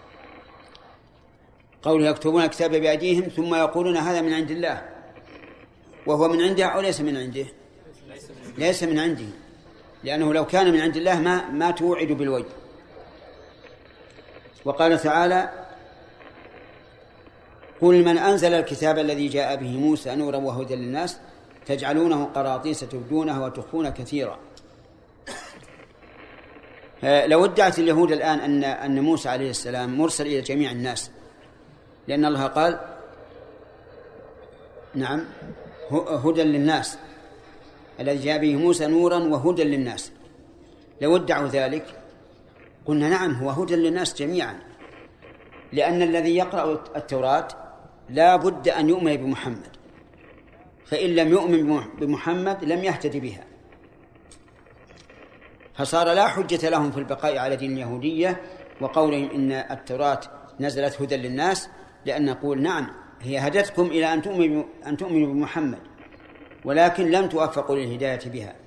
قول يكتبون الكتاب بأيديهم ثم يقولون هذا من عند الله، وهو من عنده أو ليس من عنده؟ ليس من عنده، لأنه لو كان من عند الله ما ما توعد بالويل. وقال تعالى قل من أنزل الكتاب الذي جاء به موسى نورا وهدى للناس تجعلونه قراطيس تبدونها وتخفون كثيرا. لو ادعت اليهود الآن أن أن موسى عليه السلام مرسل إلى جميع الناس، لأن الله قال نعم هدى للناس الذي جاء به موسى نورا وهدى للناس، لو ادعوا ذلك قلنا نعم هو هدى للناس جميعا، لأن الذي يقرأ التوراة لا بد أن يؤمن بمحمد، فإن لم يؤمن بمحمد لم يهتدي بها، فصار لا حجة لهم في البقاء على دين اليهودية وقولهم إن التوراة نزلت هدى للناس، لأن نقول نعم هي هدتكم إلى أن تؤمنوا أن تؤمنوا بمحمد، ولكن لم توفقوا للهداية بها.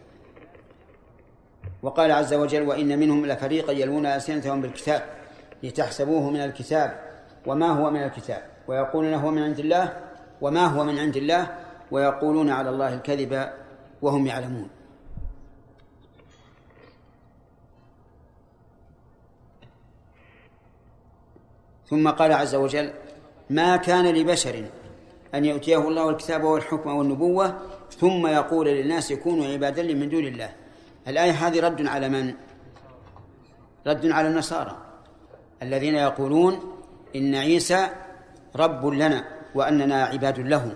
وقال عز وجل: وإن منهم لفريقا يلوون ألسنتهم بالكتاب لتحسبوه من الكتاب وما هو من الكتاب ويقولون هو من عند الله وما هو من عند الله ويقولون على الله الكذب وهم يعلمون. ثم قال عز وجل: ما كان لبشر أن يؤتيه الله الكتاب والحكم والنبوة ثم يقول للناس كونوا عبادا لي من دون الله. الآية هذه رد على من؟ رد على النصارى الذين يقولون إن عيسى رب لنا وأننا عباد له.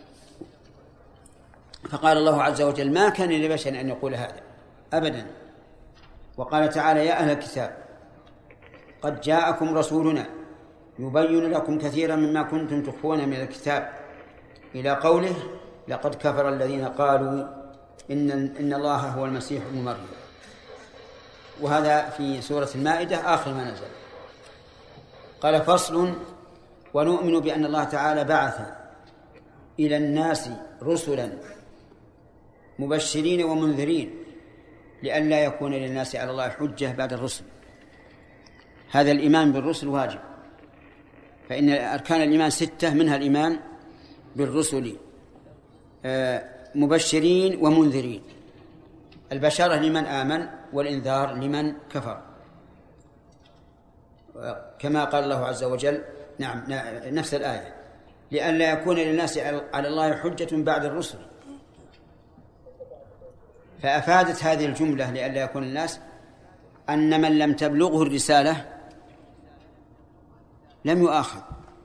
فقال الله عز وجل: ما كان لبشر أن يقول هذا أبدا. وقال تعالى: يا أهل الكتاب قد جاءكم رسولنا يبين لكم كثيرا مما كنتم تخفون من الكتاب، إلى قوله: لقد كفر الذين قالوا إن, إن الله هو المسيح ابن مريم. وهذا في سورة المائدة آخر ما نزل. قال: فصل: ونؤمن بأن الله تعالى بعث إلى الناس رسلا مبشرين ومنذرين لئلا يكون للناس على الله حجة بعد الرسل. هذا الإيمان بالرسل واجب، فإن أركان الإيمان ستة، منها الإيمان بالرسل مبشرين ومنذرين. البشارة لمن آمن والإنذار لمن كفر، كما قال الله عز وجل نعم نفس الآية: لئلا يكون للناس على الله حجة بعد الرسل. فأفادت هذه الجملة لئلا يكون الناس أن من لم تبلغه الرسالة لم يؤاخذ.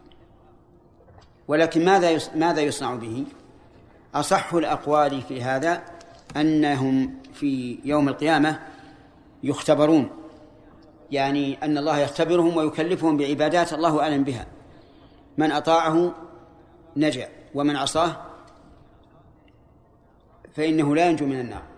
ولكن ماذا ماذا يصنع به؟ أصح الأقوال في هذا أنهم في يوم القيامة يختبرون، يعني أن الله يختبرهم ويكلفهم بعبادات الله أعلم بها. من أطاعه نجا ومن عصاه فإنه لا ينجو من النار.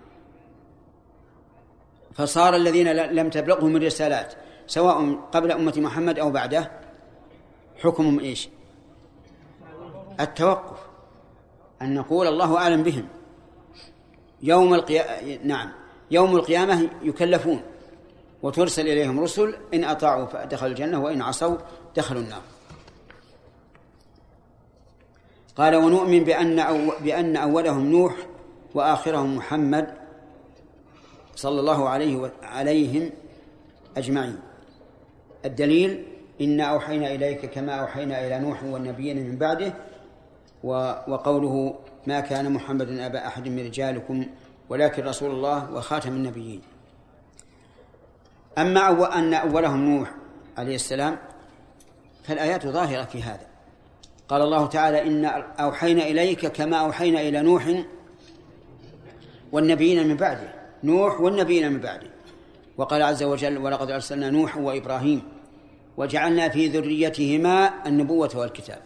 فصار الذين لم تبلغهم الرسالات سواء قبل أمة محمد أو بعده حكمهم إيش؟ التوقف، أن نقول الله أعلم بهم. يوم القيامة نعم يوم القيامة يكلفون وترسل إليهم رسل، إن أطاعوا فدخلوا الجنة وإن عصوا دخلوا النار. قال: ونؤمن بأن, أو بأن أولهم نوح وآخرهم محمد صلى الله عليه عليهم أجمعين. الدليل: إنا أوحينا إليك كما أوحينا إلى نوح والنبيين من بعده، وقوله: ما كان محمد أبا أحد من رجالكم ولكن رسول الله وخاتم النبيين. أما أو أن أولهم نوح عليه السلام فالآيات ظاهرة في هذا. قال الله تعالى: إنا أوحينا إليك كما أوحينا إلى نوح والنبيين من بعده، نوح والنبيين من بعده. وقال عز وجل: ولقد أرسلنا نوح وإبراهيم وجعلنا في ذريتهما النبوة والكتاب.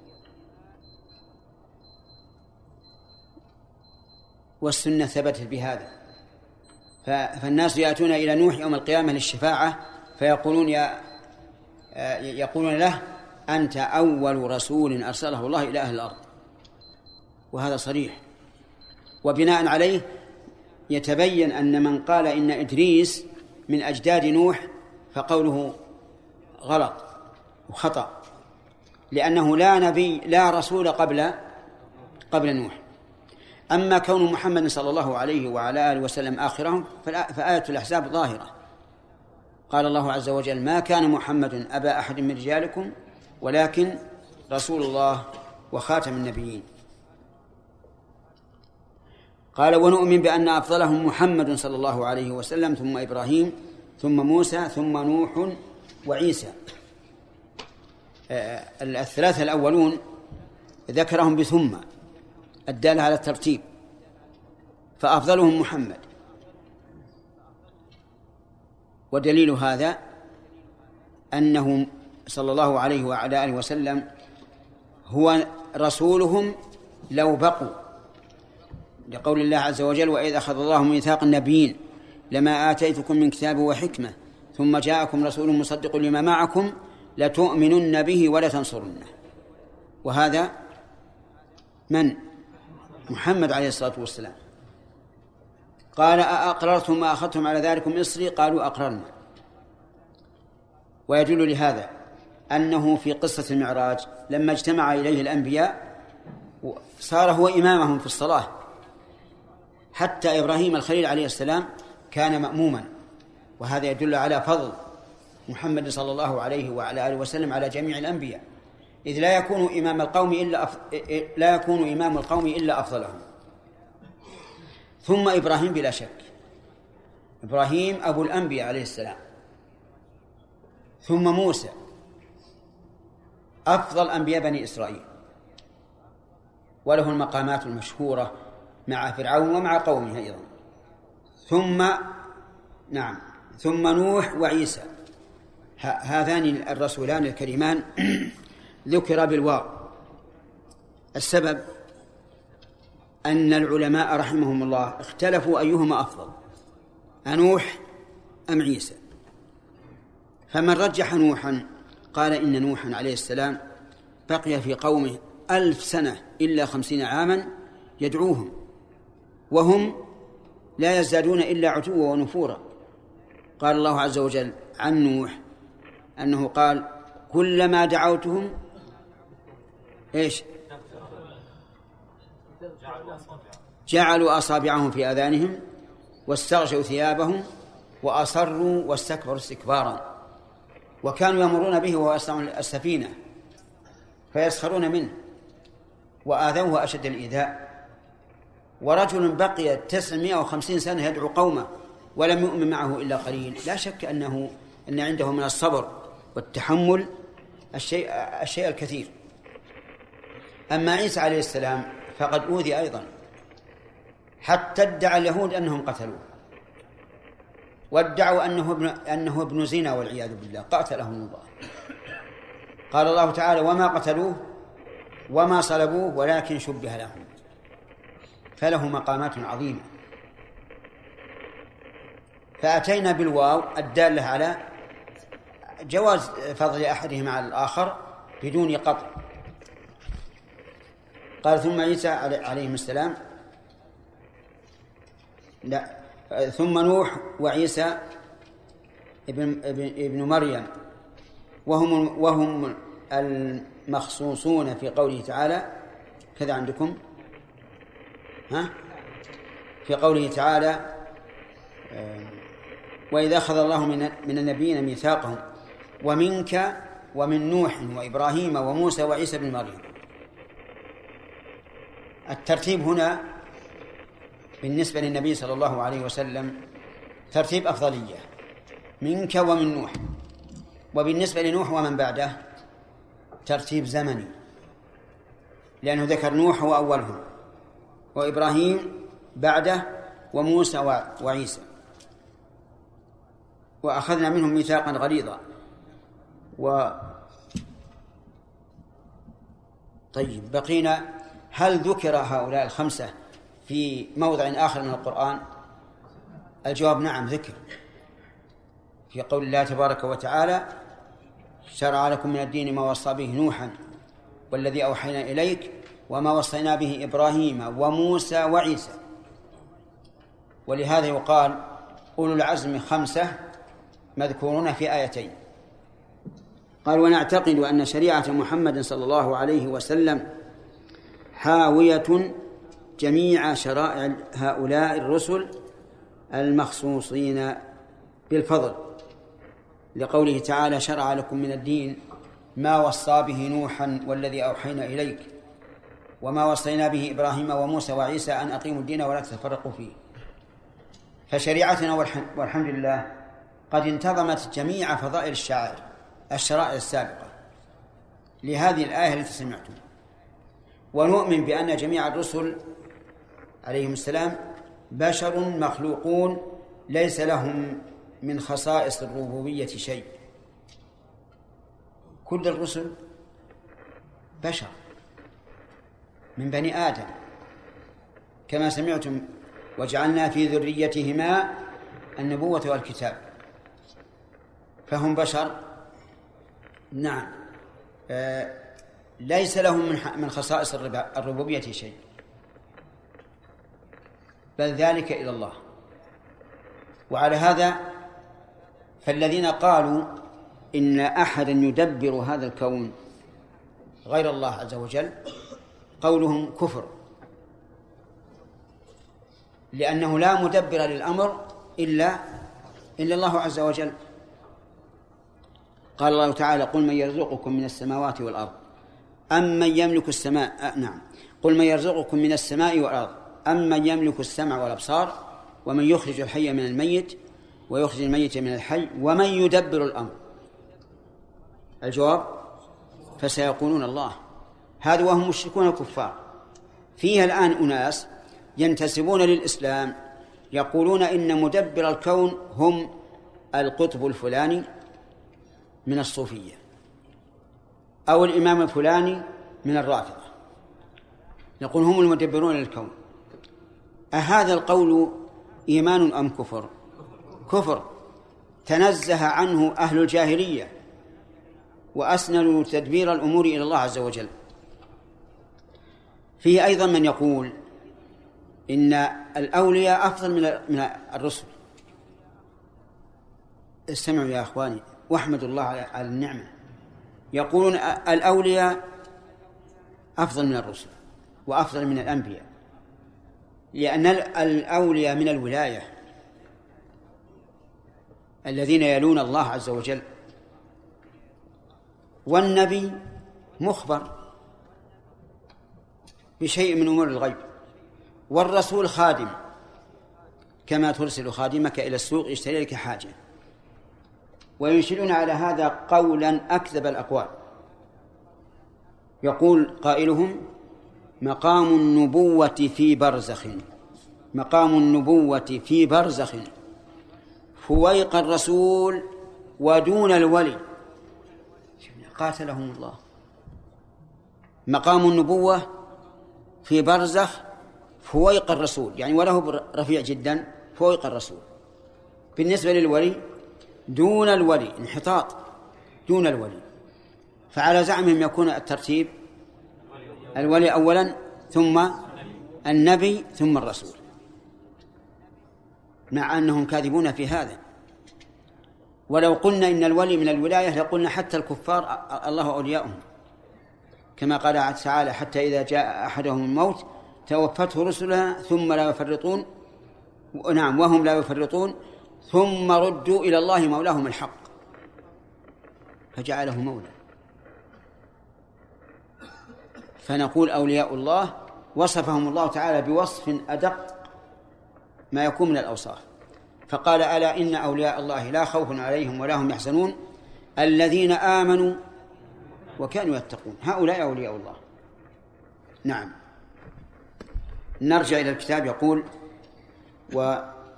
والسنة ثبتت بهذا. فالناس يأتون إلى نوح يوم القيامة للشفاعة فيقولون يا يقولون له: أنت أول رسول أرسله الله إلى أهل الأرض. وهذا صريح. وبناء عليه يتبين أن من قال إن إدريس من أجداد نوح فقوله غلط وخطأ، لأنه لا نبي لا رسول قبل قبل نوح. أما كون محمد صلى الله عليه وعلى آله وسلم آخرهم فآية الأحزاب ظاهرة. قال الله عز وجل: ما كان محمد أبا أحد من رجالكم ولكن رسول الله وخاتم النبيين. قال: ونؤمن بأن أفضلهم محمد صلى الله عليه وسلم ثم إبراهيم ثم موسى ثم نوح وعيسى. الثلاثة الأولون ذكرهم بثم الدالة على الترتيب، فأفضلهم محمد. ودليل هذا أنه صلى الله عليه وعلى آله وسلم هو رسولهم لو بقوا لقول الله عز وجل: وإذ أخذ الله ميثاق النبيين لما آتيتكم من كتاب وحكمة ثم جاءكم رسول مصدق لما معكم لتؤمنن به ولتنصرنه. وهذا من؟ محمد عليه الصلاة والسلام. قال: أأقررتم ما أخذتم على ذلكم إصري؟ قالوا: أقررنا. ويدل لهذا أنه في قصة المعراج لما اجتمع إليه الأنبياء صار هو إمامهم في الصلاة، حتى إبراهيم الخليل عليه السلام كان مأموما. وهذا يدل على فضل محمد صلى الله عليه وعلى آله وسلم على جميع الأنبياء، إذ لا يكون إمام القوم إلا أف... لا يكون إمام القوم إلا أفضلهم. ثم إبراهيم بلا شك، إبراهيم أبو الأنبياء عليه السلام، ثم موسى أفضل أنبياء بني إسرائيل، وله المقامات المشهورة مع فرعون ومع قومه أيضا. ثم نعم ثم نوح وعيسى، هذان الرسولان الكريمان ذكر بالواو. السبب أن العلماء رحمهم الله اختلفوا أيهما أفضل، أنوح أم عيسى؟ فمن رجح نوحا قال إن نوحا عليه السلام بقي في قومه ألف سنة إلا خمسين عاما يدعوهم وهم لا يزدادون إلا عتوا ونفورا. قال الله عز وجل عن نوح أنه قال: كلما دعوتهم إيش جعلوا أصابعهم في آذانهم واستغشوا ثيابهم وأصروا واستكبروا استكبارا، وكانوا يمرون به وهو يصنع السفينة فيسخرون منه وآذوه أشد الإيذاء. ورجل بقي تسعمائة وخمسين سنة يدعو قومه ولم يؤمن معه إلا قليل، لا شك أنه أن عنده من الصبر والتحمل الشيء, الشيء الكثير. أما عيسى عليه السلام فقد أوذي أيضا، حتى ادعى اليهود أنهم قتلوه، وادعوا أنه ابن, أنه ابن زنا والعياذ بالله، قاتلهم الله. قال الله تعالى: وما قتلوه وما صلبوه ولكن شبه لهم. فله مقامات عظيمة. فأتينا بالواو الدالة على جواز فضل أحدهما على الآخر بدون قطع. قال: ثم عيسى عليهم السلام لا ثم نوح وعيسى ابن, ابن, ابن مريم، وهم, وهم المخصوصون في قوله تعالى كذا عندكم ها في قوله تعالى: وإذا أخذ الله من, من النبيين ميثاقهم ومنك ومن نوح وإبراهيم وموسى وعيسى بن مريم. الترتيب هنا بالنسبة للنبي صلى الله عليه وسلم ترتيب أفضلية، منك ومن نوح. وبالنسبة لنوح ومن بعده ترتيب زمني، لأنه ذكر نوح هو أولهم وإبراهيم بعده وموسى وعيسى، وأخذنا منهم ميثاقا غليظا. و طيب بقينا، هل ذكر هؤلاء الخمسة في موضع آخر من القرآن؟ الجواب نعم، ذكر في قول الله تبارك وتعالى: شرع لكم من الدين ما وصى به نوحا والذي أوحينا إليك وما وصينا به إبراهيم وموسى وعيسى. ولهذا يقال أولو العزم خمسة مذكورون في آيتين. قال: ونعتقد أن شريعة محمد صلى الله عليه وسلم حاوية جميع شرائع هؤلاء الرسل المخصوصين بالفضل، لقوله تعالى: شرع لكم من الدين ما وصى به نوحا والذي أوحينا إليك وما وصينا به إبراهيم وموسى وعيسى أن أقيموا الدين ولا تتفرقوا فيه. فشريعتنا والحمد لله قد انتظمت جميع فضائل الشعائر الشرائع السابقة لهذه الآية التي سمعتم. ونؤمن بأن جميع الرسل عليهم السلام بشر مخلوقون ليس لهم من خصائص الربوبية شيء. كل الرسل بشر من بني آدم كما سمعتم وجعلنا في ذريتهما النبوة والكتاب، فهم بشر. نعم، آه ليس لهم من خصائص الربوبية شيء، بل ذلك إلى الله. وعلى هذا فالذين قالوا إن أحدا يدبر هذا الكون غير الله عز وجل قولهم كفر، لأنه لا مدبر للأمر إلا إلا الله عز وجل. قال الله تعالى: قل من يرزقكم من السماوات والأرض أم من يملك السماء آه نعم قل من يرزقكم من السماء والأرض أم من يملك السمع والأبصار ومن يخرج الحي من الميت ويخرج الميت من الحي ومن يدبر الأمر. الجواب: فسيقولون الله. هذا وهم مشركون كفار. فيها الآن أناس ينتسبون للإسلام يقولون إن مدبر الكون هم القطب الفلاني من الصوفية أو الإمام الفلاني من الرافضة، يقول هم المدبرون للكون. أهذا القول إيمان أم كفر؟ كفر، تنزه عنه أهل الجاهلية وأسندوا تدبير الأمور إلى الله عز وجل. فيه أيضا من يقول إن الأولياء أفضل من الرسل. استمعوا يا أخواني واحمدوا الله على النعمة. يقولون الأولياء أفضل من الرسل وأفضل من الأنبياء، لأن الأولياء من الولاية الذين يلون الله عز وجل، والنبي مخبر بشيء من أمور الغيب، والرسول خادم كما ترسل خادمك إلى السوق يشتري لك حاجة. وينشدون على هذا قولا أكذب الأقوال. يقول قائلهم: مقام النبوة في برزخ مقام النبوة في برزخ فويق الرسول ودون الولي. قاتلهم الله. مقام النبوة في برزخ فويق الرسول، يعني وله رفيع جدا فويق الرسول. بالنسبة للولي دون الولي، انحطاط دون الولي. فعلى زعمهم يكون الترتيب الولي أولا ثم النبي ثم الرسول، مع أنهم كاذبون في هذا. ولو قلنا إن الولي من الولاية لقلنا حتى الكفار الله أولياؤهم، كما قال تعالى: حتى إذا جاء أحدهم الموت توفته رسلها ثم لا يفرطون نعم وهم لا يفرطون ثم ردوا إلى الله مولاهم الحق فجعله مولى. فنقول أولياء الله وصفهم الله تعالى بوصف أدق ما يكون من الأوصاف، فقال: ألا إن أولياء الله لا خوف عليهم ولا هم يحزنون الذين آمنوا وكانوا يتقون. هؤلاء أولياء الله. نعم، نرجع إلى الكتاب. يقول: و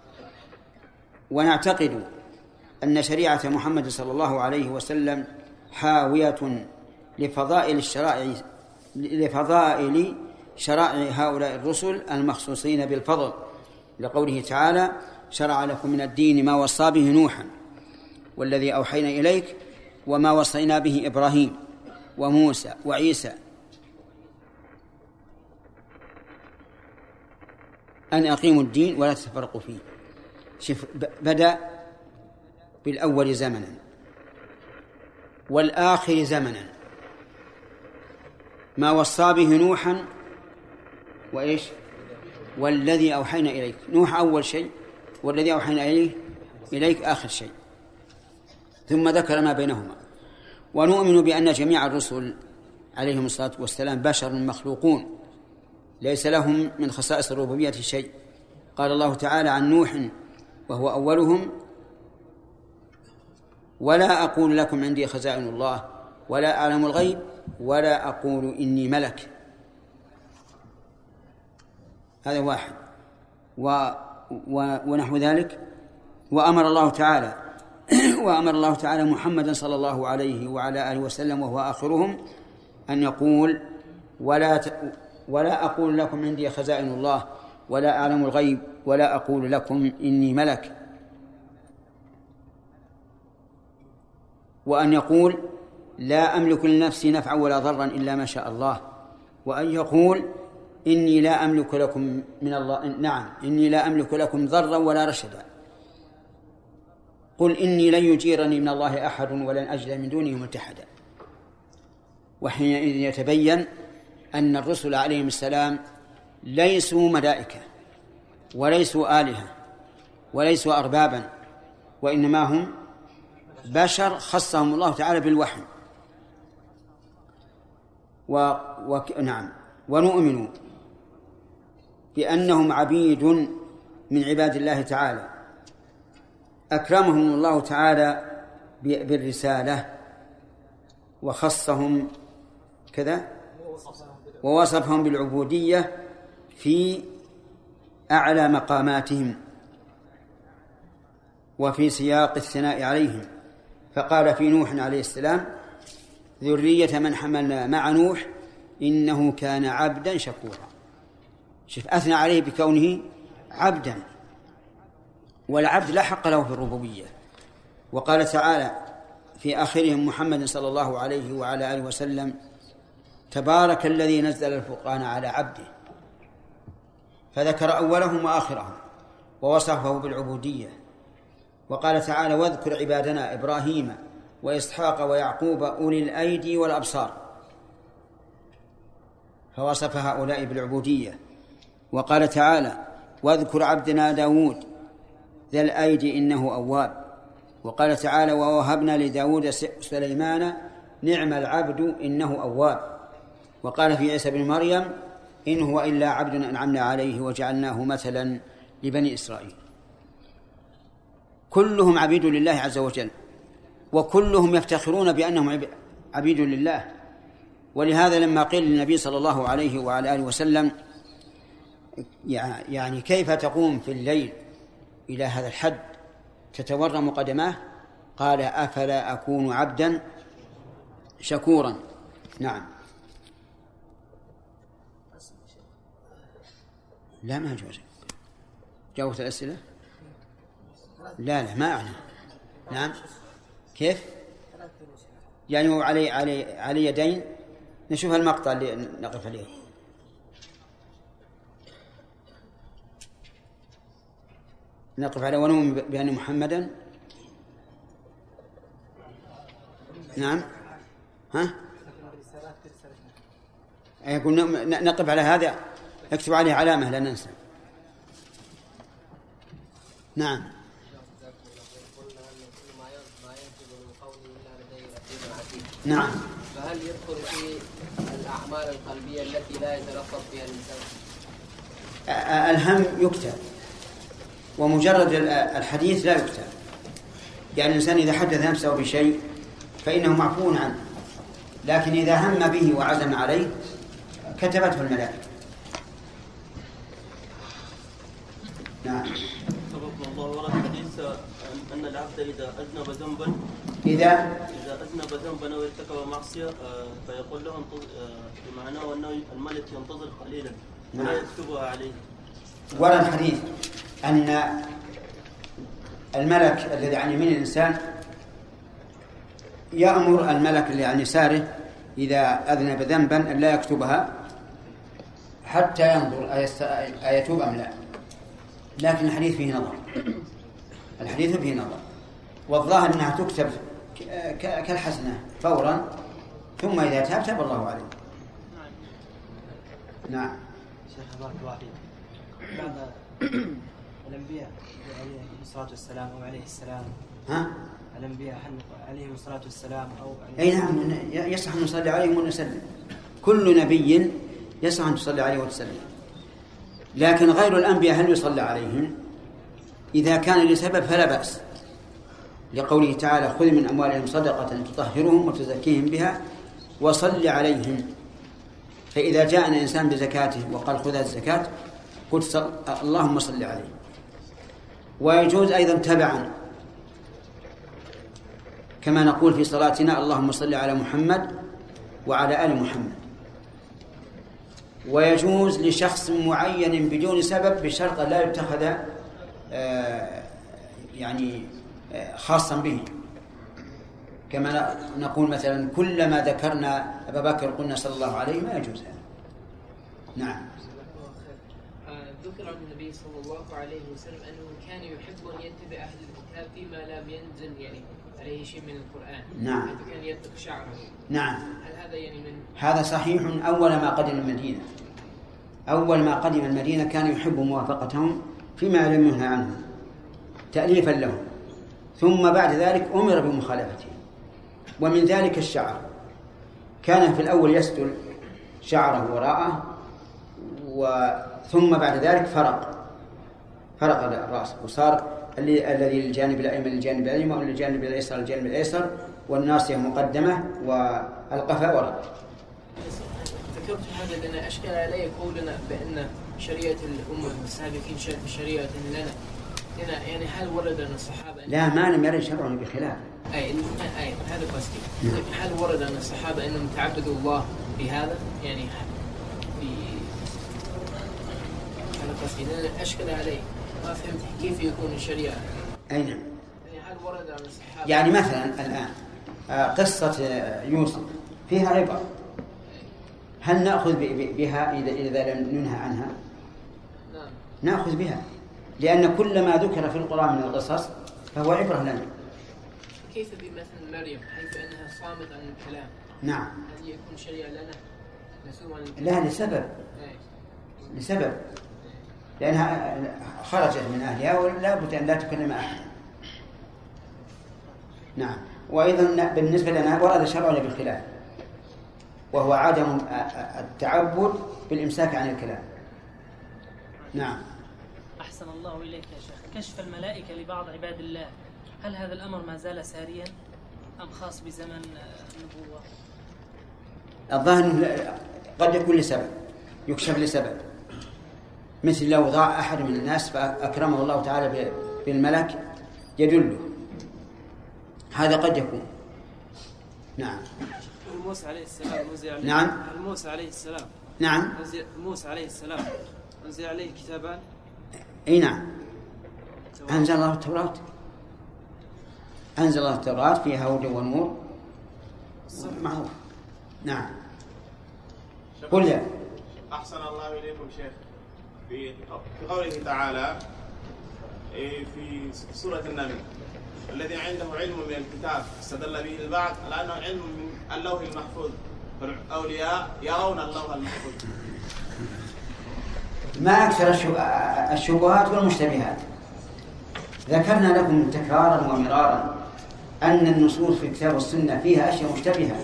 ونعتقد أن شريعة محمد صلى الله عليه وسلم حاوية لفضائل الشرائع لفضائل شرائع هؤلاء الرسل المخصوصين بالفضل، لقوله تعالى: شرع لكم من الدين ما وصى به نوحا والذي أوحينا إليك وما وصينا به إبراهيم وموسى وعيسى أن أقيموا الدين ولا تتفرقوا فيه. شوف، بدأ بالأول زمنا والآخر زمنا. ما وصى به نوحا وإيش والذي أوحينا إليك. نوح أول شيء والذي أوحينا إليه إليك آخر شيء، ثم ذكر ما بينهما. ونؤمن بأن جميع الرسل عليهم الصلاة والسلام بشر مخلوقون ليس لهم من خصائص الربوبية شيء. قال الله تعالى عن نوح وهو أولهم: ولا أقول لكم عندي خزائن الله ولا أعلم الغيب ولا أقول إني ملك. هذا واحد. و و ونحو ذلك. وأمر الله تعالى وأمر الله تعالى محمدا صلى الله عليه وعلى آله وسلم وهو آخرهم أن يقول: ولا ت... ولا أقول لكم عندي خزائن الله ولا أعلم الغيب ولا أقول لكم إني ملك، وأن يقول لا أملك لنفسي نفعا ولا ضرا إلا ما شاء الله، وأن يقول إني لا أملك لكم من الله نعم إني لا أملك لكم ضرا ولا رشدا، قل إني لن يجيرني من الله أحد ولن أجد من دونه ملتحدا. وحينئذ يتبين أن الرسل عليهم السلام ليسوا ملائكة وليسوا آلهة وليسوا أربابا، وإنما هم بشر خصهم الله تعالى بالوحي. و... و... نعم ونؤمن بأنهم عبيد من عباد الله تعالى أكرمهم الله تعالى بالرسالة وخصهم كذا ووصفهم بالعبودية في أعلى مقاماتهم وفي سياق الثناء عليهم، فقال في نوح عليه السلام ذرية من حملنا مع نوح إنه كان عبدا شكورا. شوف أثنى عليه بكونه عبدا، والعبد لا حق له في الربوبية. وقال تعالى في آخرهم محمد صلى الله عليه وعلى آله وسلم تبارك الذي نزل الفرقان على عبده، فذكر أولهم وآخرهم ووصفه بالعبودية. وقال تعالى واذكر عبادنا إبراهيم وإسحاق ويعقوب أولي الأيدي والأبصار، فوصف هؤلاء بالعبودية. وقال تعالى واذكر عبدنا داود ذا الأيدي إنه أواب. وقال تعالى ووهبنا لداود سليمان نعم العبد إنه أواب. وقال في عيسى بن مريم إن هو إلا عبد أنعمنا عليه وجعلناه مثلا لبني إسرائيل. كلهم عبيد لله عز وجل، وكلهم يفتخرون بأنهم عبيد لله. ولهذا لما قيل للنبي صلى الله عليه وعلى آله وسلم يعني كيف تقوم في الليل إلى هذا الحد تتورم قدماه، قال أفلا أكون عبدا شكورا. نعم. لا ما جوز. جاوبت الأسئلة؟ لا لا ما أعلم. نعم كيف؟ يعني هو علي علي علي دين. نشوف المقطع اللي نقف عليه. نقف على ونؤمن بأن محمدا نعم ها يقول نقف على هذا، اكتب عليه علامة لا ننسى. نعم. نعم. فهل يدخل في الأعمال القلبية التي لا يتلفظ بها الإنسان؟ الهم يكتب، ومجرد الحديث لا يكتب. يعني الإنسان إذا حدث نفسه بشيء فإنه معفو عنه، لكن إذا هم به وعزم عليه كتبته الملائكة. نعم. سبحان الله. ورد حديث أن العبد إذا أذنب ذنبا إذا إذا أذنب ذنبا أو ارتكب معصية فيقول له بمعناه أنه الملك ينتظر قليلا ولا يكتبها عليه. ورد الحديث أن الملك الذي عن يمين الإنسان يأمر الملك اللي عن يساره إذا أذنب ذنبا أن لا يكتبها حتى ينظر أيتوب أم لا. لكن الحديث فيه نظر، الحديث فيه نظر، والظاهر أنها تكتب كالحسنة فورا، ثم إذا تاب تاب الله عليه. نعم. شيخ بارك الله فيك. بعض الأنبياء عليه الصلاة والسلام أو عليه السلام ها؟ الأنبياء عليهم الصلاة والسلام أو أي نعم يصح أن نصلي عليهم ونسلم. كل نبي يصح أن تصلي عليه وتسلم، لكن غير الأنبياء هل يصلى عليهم؟ إذا كان لسبب فلا بأس، لقوله تعالى خذ من أموالهم صدقة تطهرهم وتزكيهم بها وصل عليهم. فإذا جاءنا إنسان بزكاته وقال خذ الزكاة قلت اللهم صل عليه. ويجوز أيضا تبعا كما نقول في صلاتنا اللهم صل على محمد وعلى آل محمد. ويجوز لشخص معين بدون سبب بشرط لا يتخذ آه يعني آه خاصا به، كما نقول مثلا كلما ذكرنا أبا بكر قلنا صلى الله عليه، ما يجوز هذا. نعم. ذكر عن النبي صلى الله عليه وسلم أنه كان يحب أن يتبع أهل الكتاب فيما لم ينزل يعني عليه شيء من القرآن. نعم. حيث كان يترك شعره. نعم. هل هذا يعني من هذا صحيح. أول ما قدم المدينة أول ما قدم المدينة كان يحب موافقتهم فيما لم ينهى عنه تأليفا لهم، ثم بعد ذلك أمر بمخالفتهم، ومن ذلك الشعر. كان في الأول يسدل شعره وراءه، ثم بعد ذلك فرق فرق الرأس وصار الذي للجانب الأيمن للجانب الأيمن، والجانب الأيسر للجانب الأيسر، والناصية مقدمة والقفا وراء. ذكرت هذا لأن أشكل علي قولنا بأن شريعة الأمة السابقين شريعة لنا هنا، يعني هل ورد أن الصحابة لا ما لم يرد شرع بخلاف. أي أي هذا قصدي. لكن هل ورد أن الصحابة أنهم تعبدوا الله بهذا؟ يعني في هذا قصدي لأن أشكل علي ما فهمت كيف يكون الشريعة. أي نعم. يعني هل ورد أن الصحابة يعني مثلا الآن قصة يوسف فيها عبرة، هل نأخذ بها إذا لم ننهى عنها؟ نعم. نأخذ بها، لأن كل ما ذكر في القرآن من القصص فهو عبرة لنا. كيف بمثل مريم حيث أنها صامت عن الكلام؟ نعم. هل يكون شريعة لنا نسوء عن الكلام؟ لا، لسبب لسبب لأنها خرجت من أهلها ولا بد أن لا تكلم أحد. نعم. وأيضا بالنسبة لنا ورد شرعنا بالخلاف، وهو عدم التعبد بالإمساك عن الكلام. نعم. أحسن الله إليك يا شيخ. كشف الملائكة لبعض عباد الله، هل هذا الأمر ما زال ساريا أم خاص بزمن النبوة؟ الظاهر قد يكون لسبب، يكشف لسبب، مثل لو ضاع أحد من الناس فأكرمه الله تعالى بالملك يدله، هذا قد يكون. نعم. موسى عليه السلام أنزل عليه. نعم. موسى عليه السلام. نعم. موسى عليه السلام أنزل عليه كتابان. أي نعم. أنزل الله التوراة أنزل الله التوراة فيها هدى ونور معروف. نعم. قل يا أحسن الله إليكم شيخ. في قوله تعالى في سورة النمل الذي عنده علم من الكتاب استدل به البعض لأنه علم من اللوح المحفوظ، فالأولياء يرون اللوح المحفوظ. ما أكثر الشبهات والمشتبهات. ذكرنا لكم تكرارا ومرارا أن النصوص في الكتاب والسنة فيها أشياء مشتبهة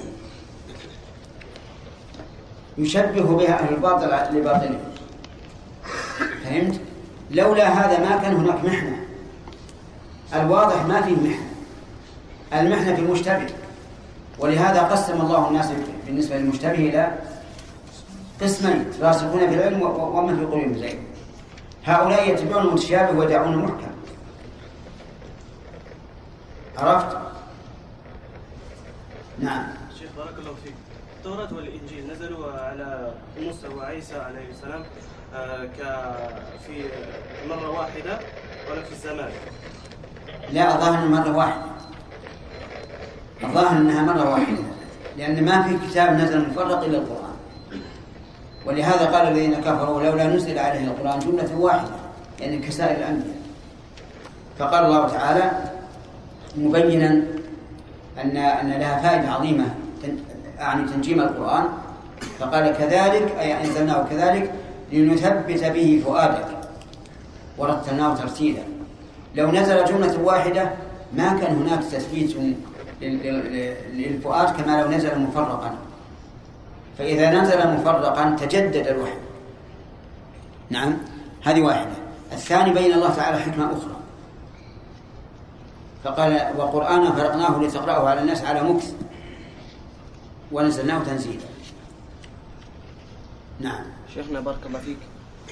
يشبه بها أهل الباطل لباطله. فهمت؟ لولا هذا ما كان هناك محنة. الواضح ما فيه محنة، المحنة في المشتبه، ولهذا قسم الله الناس بالنسبة للمشتبه إلى قسمين: راسخون في العلم ومن في قلوبهم زيغ. هؤلاء يتبعون المتشابه ويدعون المحكم. عرفت؟ نعم. شيخ بارك الله فيك. التوراة والإنجيل نزلوا على موسى وعيسى عليه السلام في مرة واحدة ولا في الزمان؟ لا، الظاهر مرة واحدة. الظاهر أنها مرة واحدة، لأن ما في كتاب نزل مفرق إلا القرآن. ولهذا قال الذين كفروا لولا نزل عليه القرآن جملة واحدة، يعني كسائر الأنبياء. فقال الله تعالى مبينا أن أن لها فائدة عظيمة، يعني تنجيم القرآن، فقال كذلك أي أنزلناه كذلك لنثبت به فؤادك ورتلناه ترتيلا. لو نزل جملة واحدة ما كان هناك تثبيت للفؤاد كما لو نزل مفرقا، فإذا نزل مفرقا تجدد الوحي. نعم، هذه واحدة. الثاني بين الله تعالى حكمة أخرى، فقال وقرآنا فرقناه لتقرأه على الناس على مكث ونزلناه تنزيلا. نعم. شيخنا بارك الله فيك،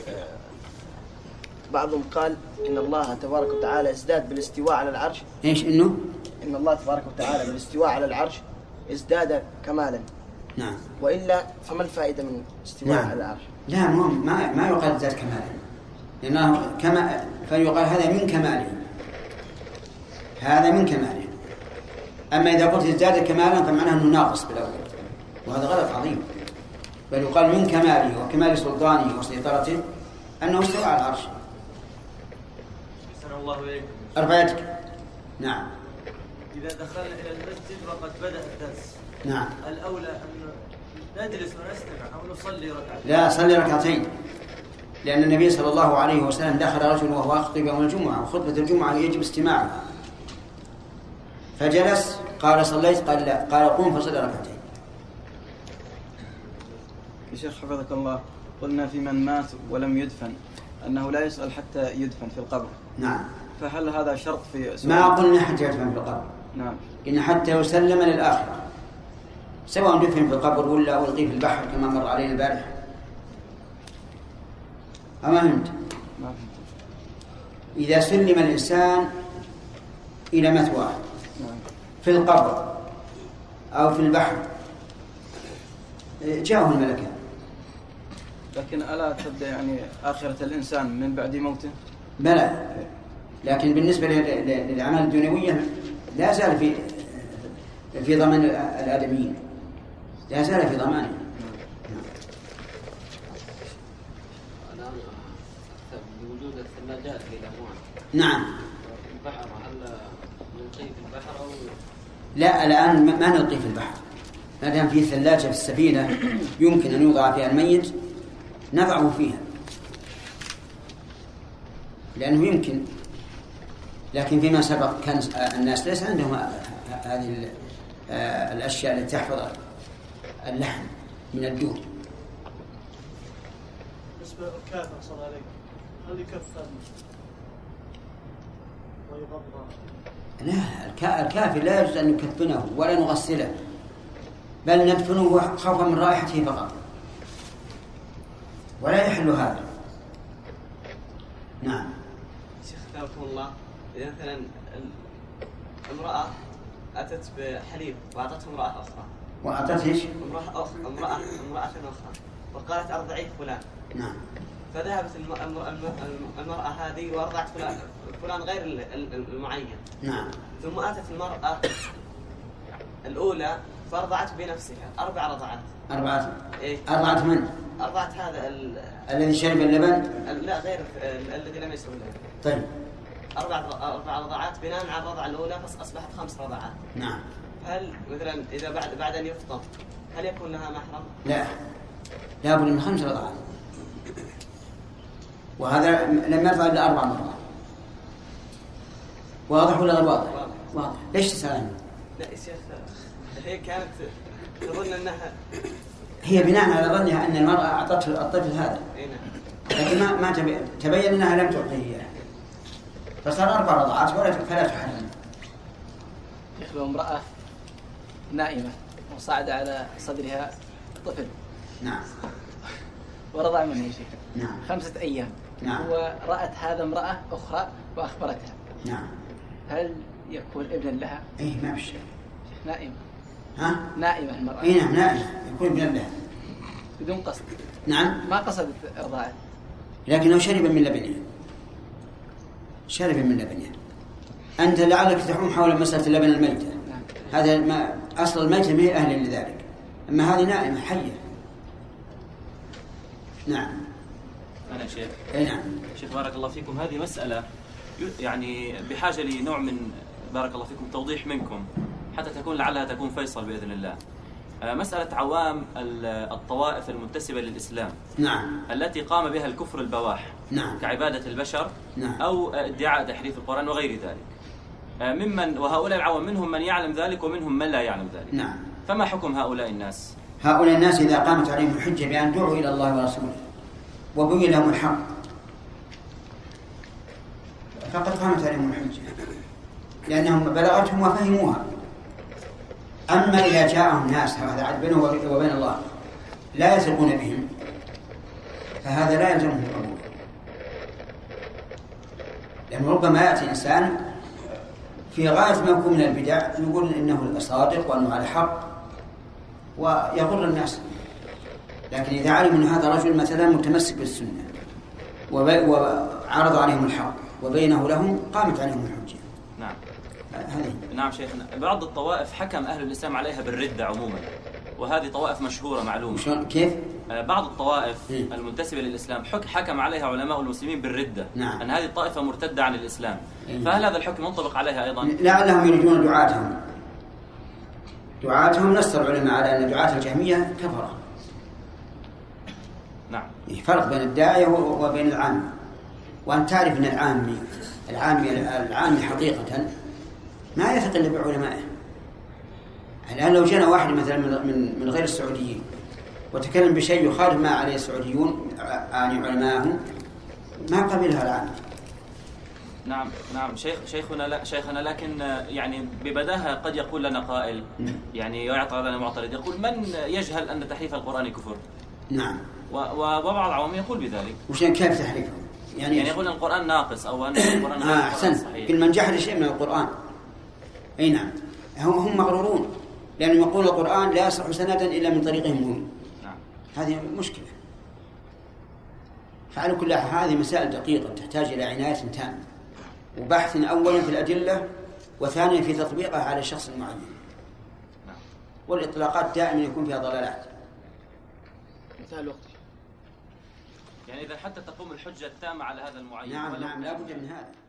بعضهم قال إن الله تبارك وتعالى ازداد بالاستواء على العرش. إيش إنه؟ إن الله تبارك وتعالى بالاستواء على العرش ازداد كمالا. نعم. وإلا فما الفائدة من استواء نعم. على العرش؟ لا مهم. ما ما يقال ذات كماله، لأنه كما فيقال هذا من كماله، هذا من كماله. أما إذا قلت ازداد كمالا فمعناه أنه ناقص بالأول، وهذا غلط عظيم. بل يقال من كماله وكمال سلطانه وسيطرته أنه استوى على العرش. أحسن الله إليكم. أرفع يدك. نعم. إذا دخلنا إلى المسجد وقد بدأ الدرس، نعم. الأولى أن نجلس ونستمع أو نصلي ركعتين؟ لا، صلي ركعتين، لأن النبي صلى الله عليه وسلم دخل رجل وهو يخطب يوم الجمعة، وخطبة الجمعة يجب استماعها، فجلس قال صليت؟ قال لا. قال قم فصلي ركعتين. يا شيخ حفظك الله، قلنا في من مات ولم يدفن أنه لا يسأل حتى يدفن في القبر. نعم. فهل هذا شرط في سؤال؟ ما قلنا حتى يدفن في القبر. نعم. إن حتى يسلم للآخرة، سواء دفن في القبر ولا ألقي في البحر كما مر علينا البارح. أما فهمت؟ ما فهمت. إذا سلم الإنسان إلى مثواه في القبر أو في البحر جاءه الملكان. لكن ألا تبدأ يعني آخرة الإنسان من بعد موته؟ بلى، لكن بالنسبة للأعمال الدنيوية لا زال في في ضمان الآدميين، لا زال في ضمانه. الآن بوجود الثلاجات للأموات. نعم. البحر هل نلقيه في البحر أو؟ لا، الآن ما نلقيه في البحر، ما دام في ثلاجة في السفينة يمكن أن يوضع فيها الميت نضعه فيها، لأنه يمكن. لكن فيما سبق كان الناس ليس عندهم هذه الأشياء التي تحفظ اللحم من الدود. بالنسبة للكافر صلى الله عليه وسلم، هل يكفن ويغضى؟ لا، الكافر لا يجوز أن نكفنه ولا نغسله، بل ندفنه خوفا من رائحته فقط، ولا يحل هذا. نعم. شيخ ثابتكم الله، إذا مثلا امرأة أتت بحليب وأعطته امرأة أخرى. وأعطت إيش؟ امرأة أخرى، امرأة امرأة أخرى، وقالت أرضعي فلان. نعم. فذهبت المرأة هذه وأرضعت فلان فلان غير المعين. نعم. ثم أتت المرأة الأولى فأرضعت بنفسها أربع رضعات. أربعة؟ إيه؟ أرضعت من؟ أرضعت هذا ال... الذي شرب اللبن؟ لا، غير الذي لم يشرب اللبن. طيب. أربع أربع رضعات بناء على الرضعة الأولى فأصبحت خمس رضعات. نعم. هل مثلا إذا بعد بعد أن يفطر هل يكون لها محرم؟ لا، لا بد من خمس رضعات، وهذا لم يرضع إلا أربع مرات. واضح ولا غير واضح؟ واضح. ليش تسأل عنه؟ لا يا شيخ، هي كانت تظن أنها هي بناء على ظنها أن المرأة أعطته الطفل هذا، لكن ما ما تبين أنها لم تعطيه إياه، فصار أربع رضعات ولا فلا تحرم. لو امرأة نائمة وصعد على صدرها طفل. نعم. ورضع منه يا شيخ. نعم. خمسة أيام. نعم. ورأت هذا امرأة أخرى وأخبرتها. نعم. هل يكون ابنا لها؟ إيه، ما بشيء. نائمة. ها؟ نائمة المرأة. إيه نعم، نائمة يكون ابنا لها. بدون قصد. نعم. ما قصدت إرضاعه. لكنه شرب من لبنها. شرب من لبنها. أنت لعلك تحوم حول مسألة اللبن الميتة. نعم. هذا ما أصل الميتة ما هي أهل لذلك، أما هذه نائمة حية. نعم. أنا شيخ. أي نعم. شيخ بارك الله فيكم، هذه مسألة يعني بحاجة لنوع من بارك الله فيكم توضيح منكم حتى تكون لعلها تكون فيصل بإذن الله. مسألة عوام الطوائف المنتسبة للإسلام. نعم. التي قام بها الكفر البواح. نعم. كعبادة البشر. نعم. أو ادعاء تحريف القرآن وغير ذلك. ممن وهؤلاء العوام منهم من يعلم ذلك ومنهم من لا يعلم ذلك. نعم. فما حكم هؤلاء الناس؟ هؤلاء الناس إذا قامت عليهم الحجة بأن دعوا إلى الله ورسوله وبين لهم الحق فقد قامت عليهم الحجة، لأنهم بلغتهم وفهموها. أما إذا جاءهم ناس هذا عد بينه وبين الله لا يثقون بهم فهذا لا يلزمهم القبول، لأنه ربما يأتي إنسان في غاية ما يكون من البدع يقول إنه صادق وأنه على حق ويغر الناس. لكن إذا علموا أن هذا رجل مثلا متمسك بالسنة وعرض عليهم الحق وبينه لهم قامت عليهم الحجة. نعم. هذه. نعم شيخنا، بعض الطوائف حكم أهل الإسلام عليها بالردة عموما، وهذه طوائف مشهورة معلومة. كيف؟ بعض الطوائف م. المنتسبة للإسلام حكم عليها علماء المسلمين بالردة. نعم. أن هذه الطائفة مرتدة عن الإسلام. م. فهل هذا الحكم ينطبق عليها أيضا؟ لعلهم يريدون دعاتهم دعاتهم نص العلماء على أن دعاة الجهمية كفرة. نعم. فرق بين الداعية وبين العام، وأن تعرف أن العامي العامي العامي حقيقة ما يثق إلا بعلمائه. الآن لو جاءنا واحد مثلا من من غير السعوديين وتكلم بشيء يخالف ما عليه السعوديون يعني علماءهم ما قبلها العام. نعم نعم شيخ شيخنا لا شيخنا لكن يعني ببداهة قد يقول لنا قائل يعني يعترض على معترض يقول من يجهل أن تحريف القرآن كفر؟ نعم. وبعض العوام يقول بذلك. وش كيف تحريفه؟ يعني يعني يقول أن القرآن ناقص أو أن القرآن آه أحسن. كل من جحد شيء من القرآن. أي نعم. هم مغرورون لأنهم يقول القرآن لا يصح سندا إلا من طريقهم هم. نعم. هذه مشكلة. فعلى كل حال هذه مسائل دقيقة تحتاج إلى عناية تامة وبحث أولا في الأدلة وثانيا في تطبيقها على شخص معين. نعم. والإطلاقات دائما يكون فيها ضلالات. مثال الوقت. يعني إذا حتى تقوم الحجة التامة على هذا المعين. نعم نعم لا بد من هذا.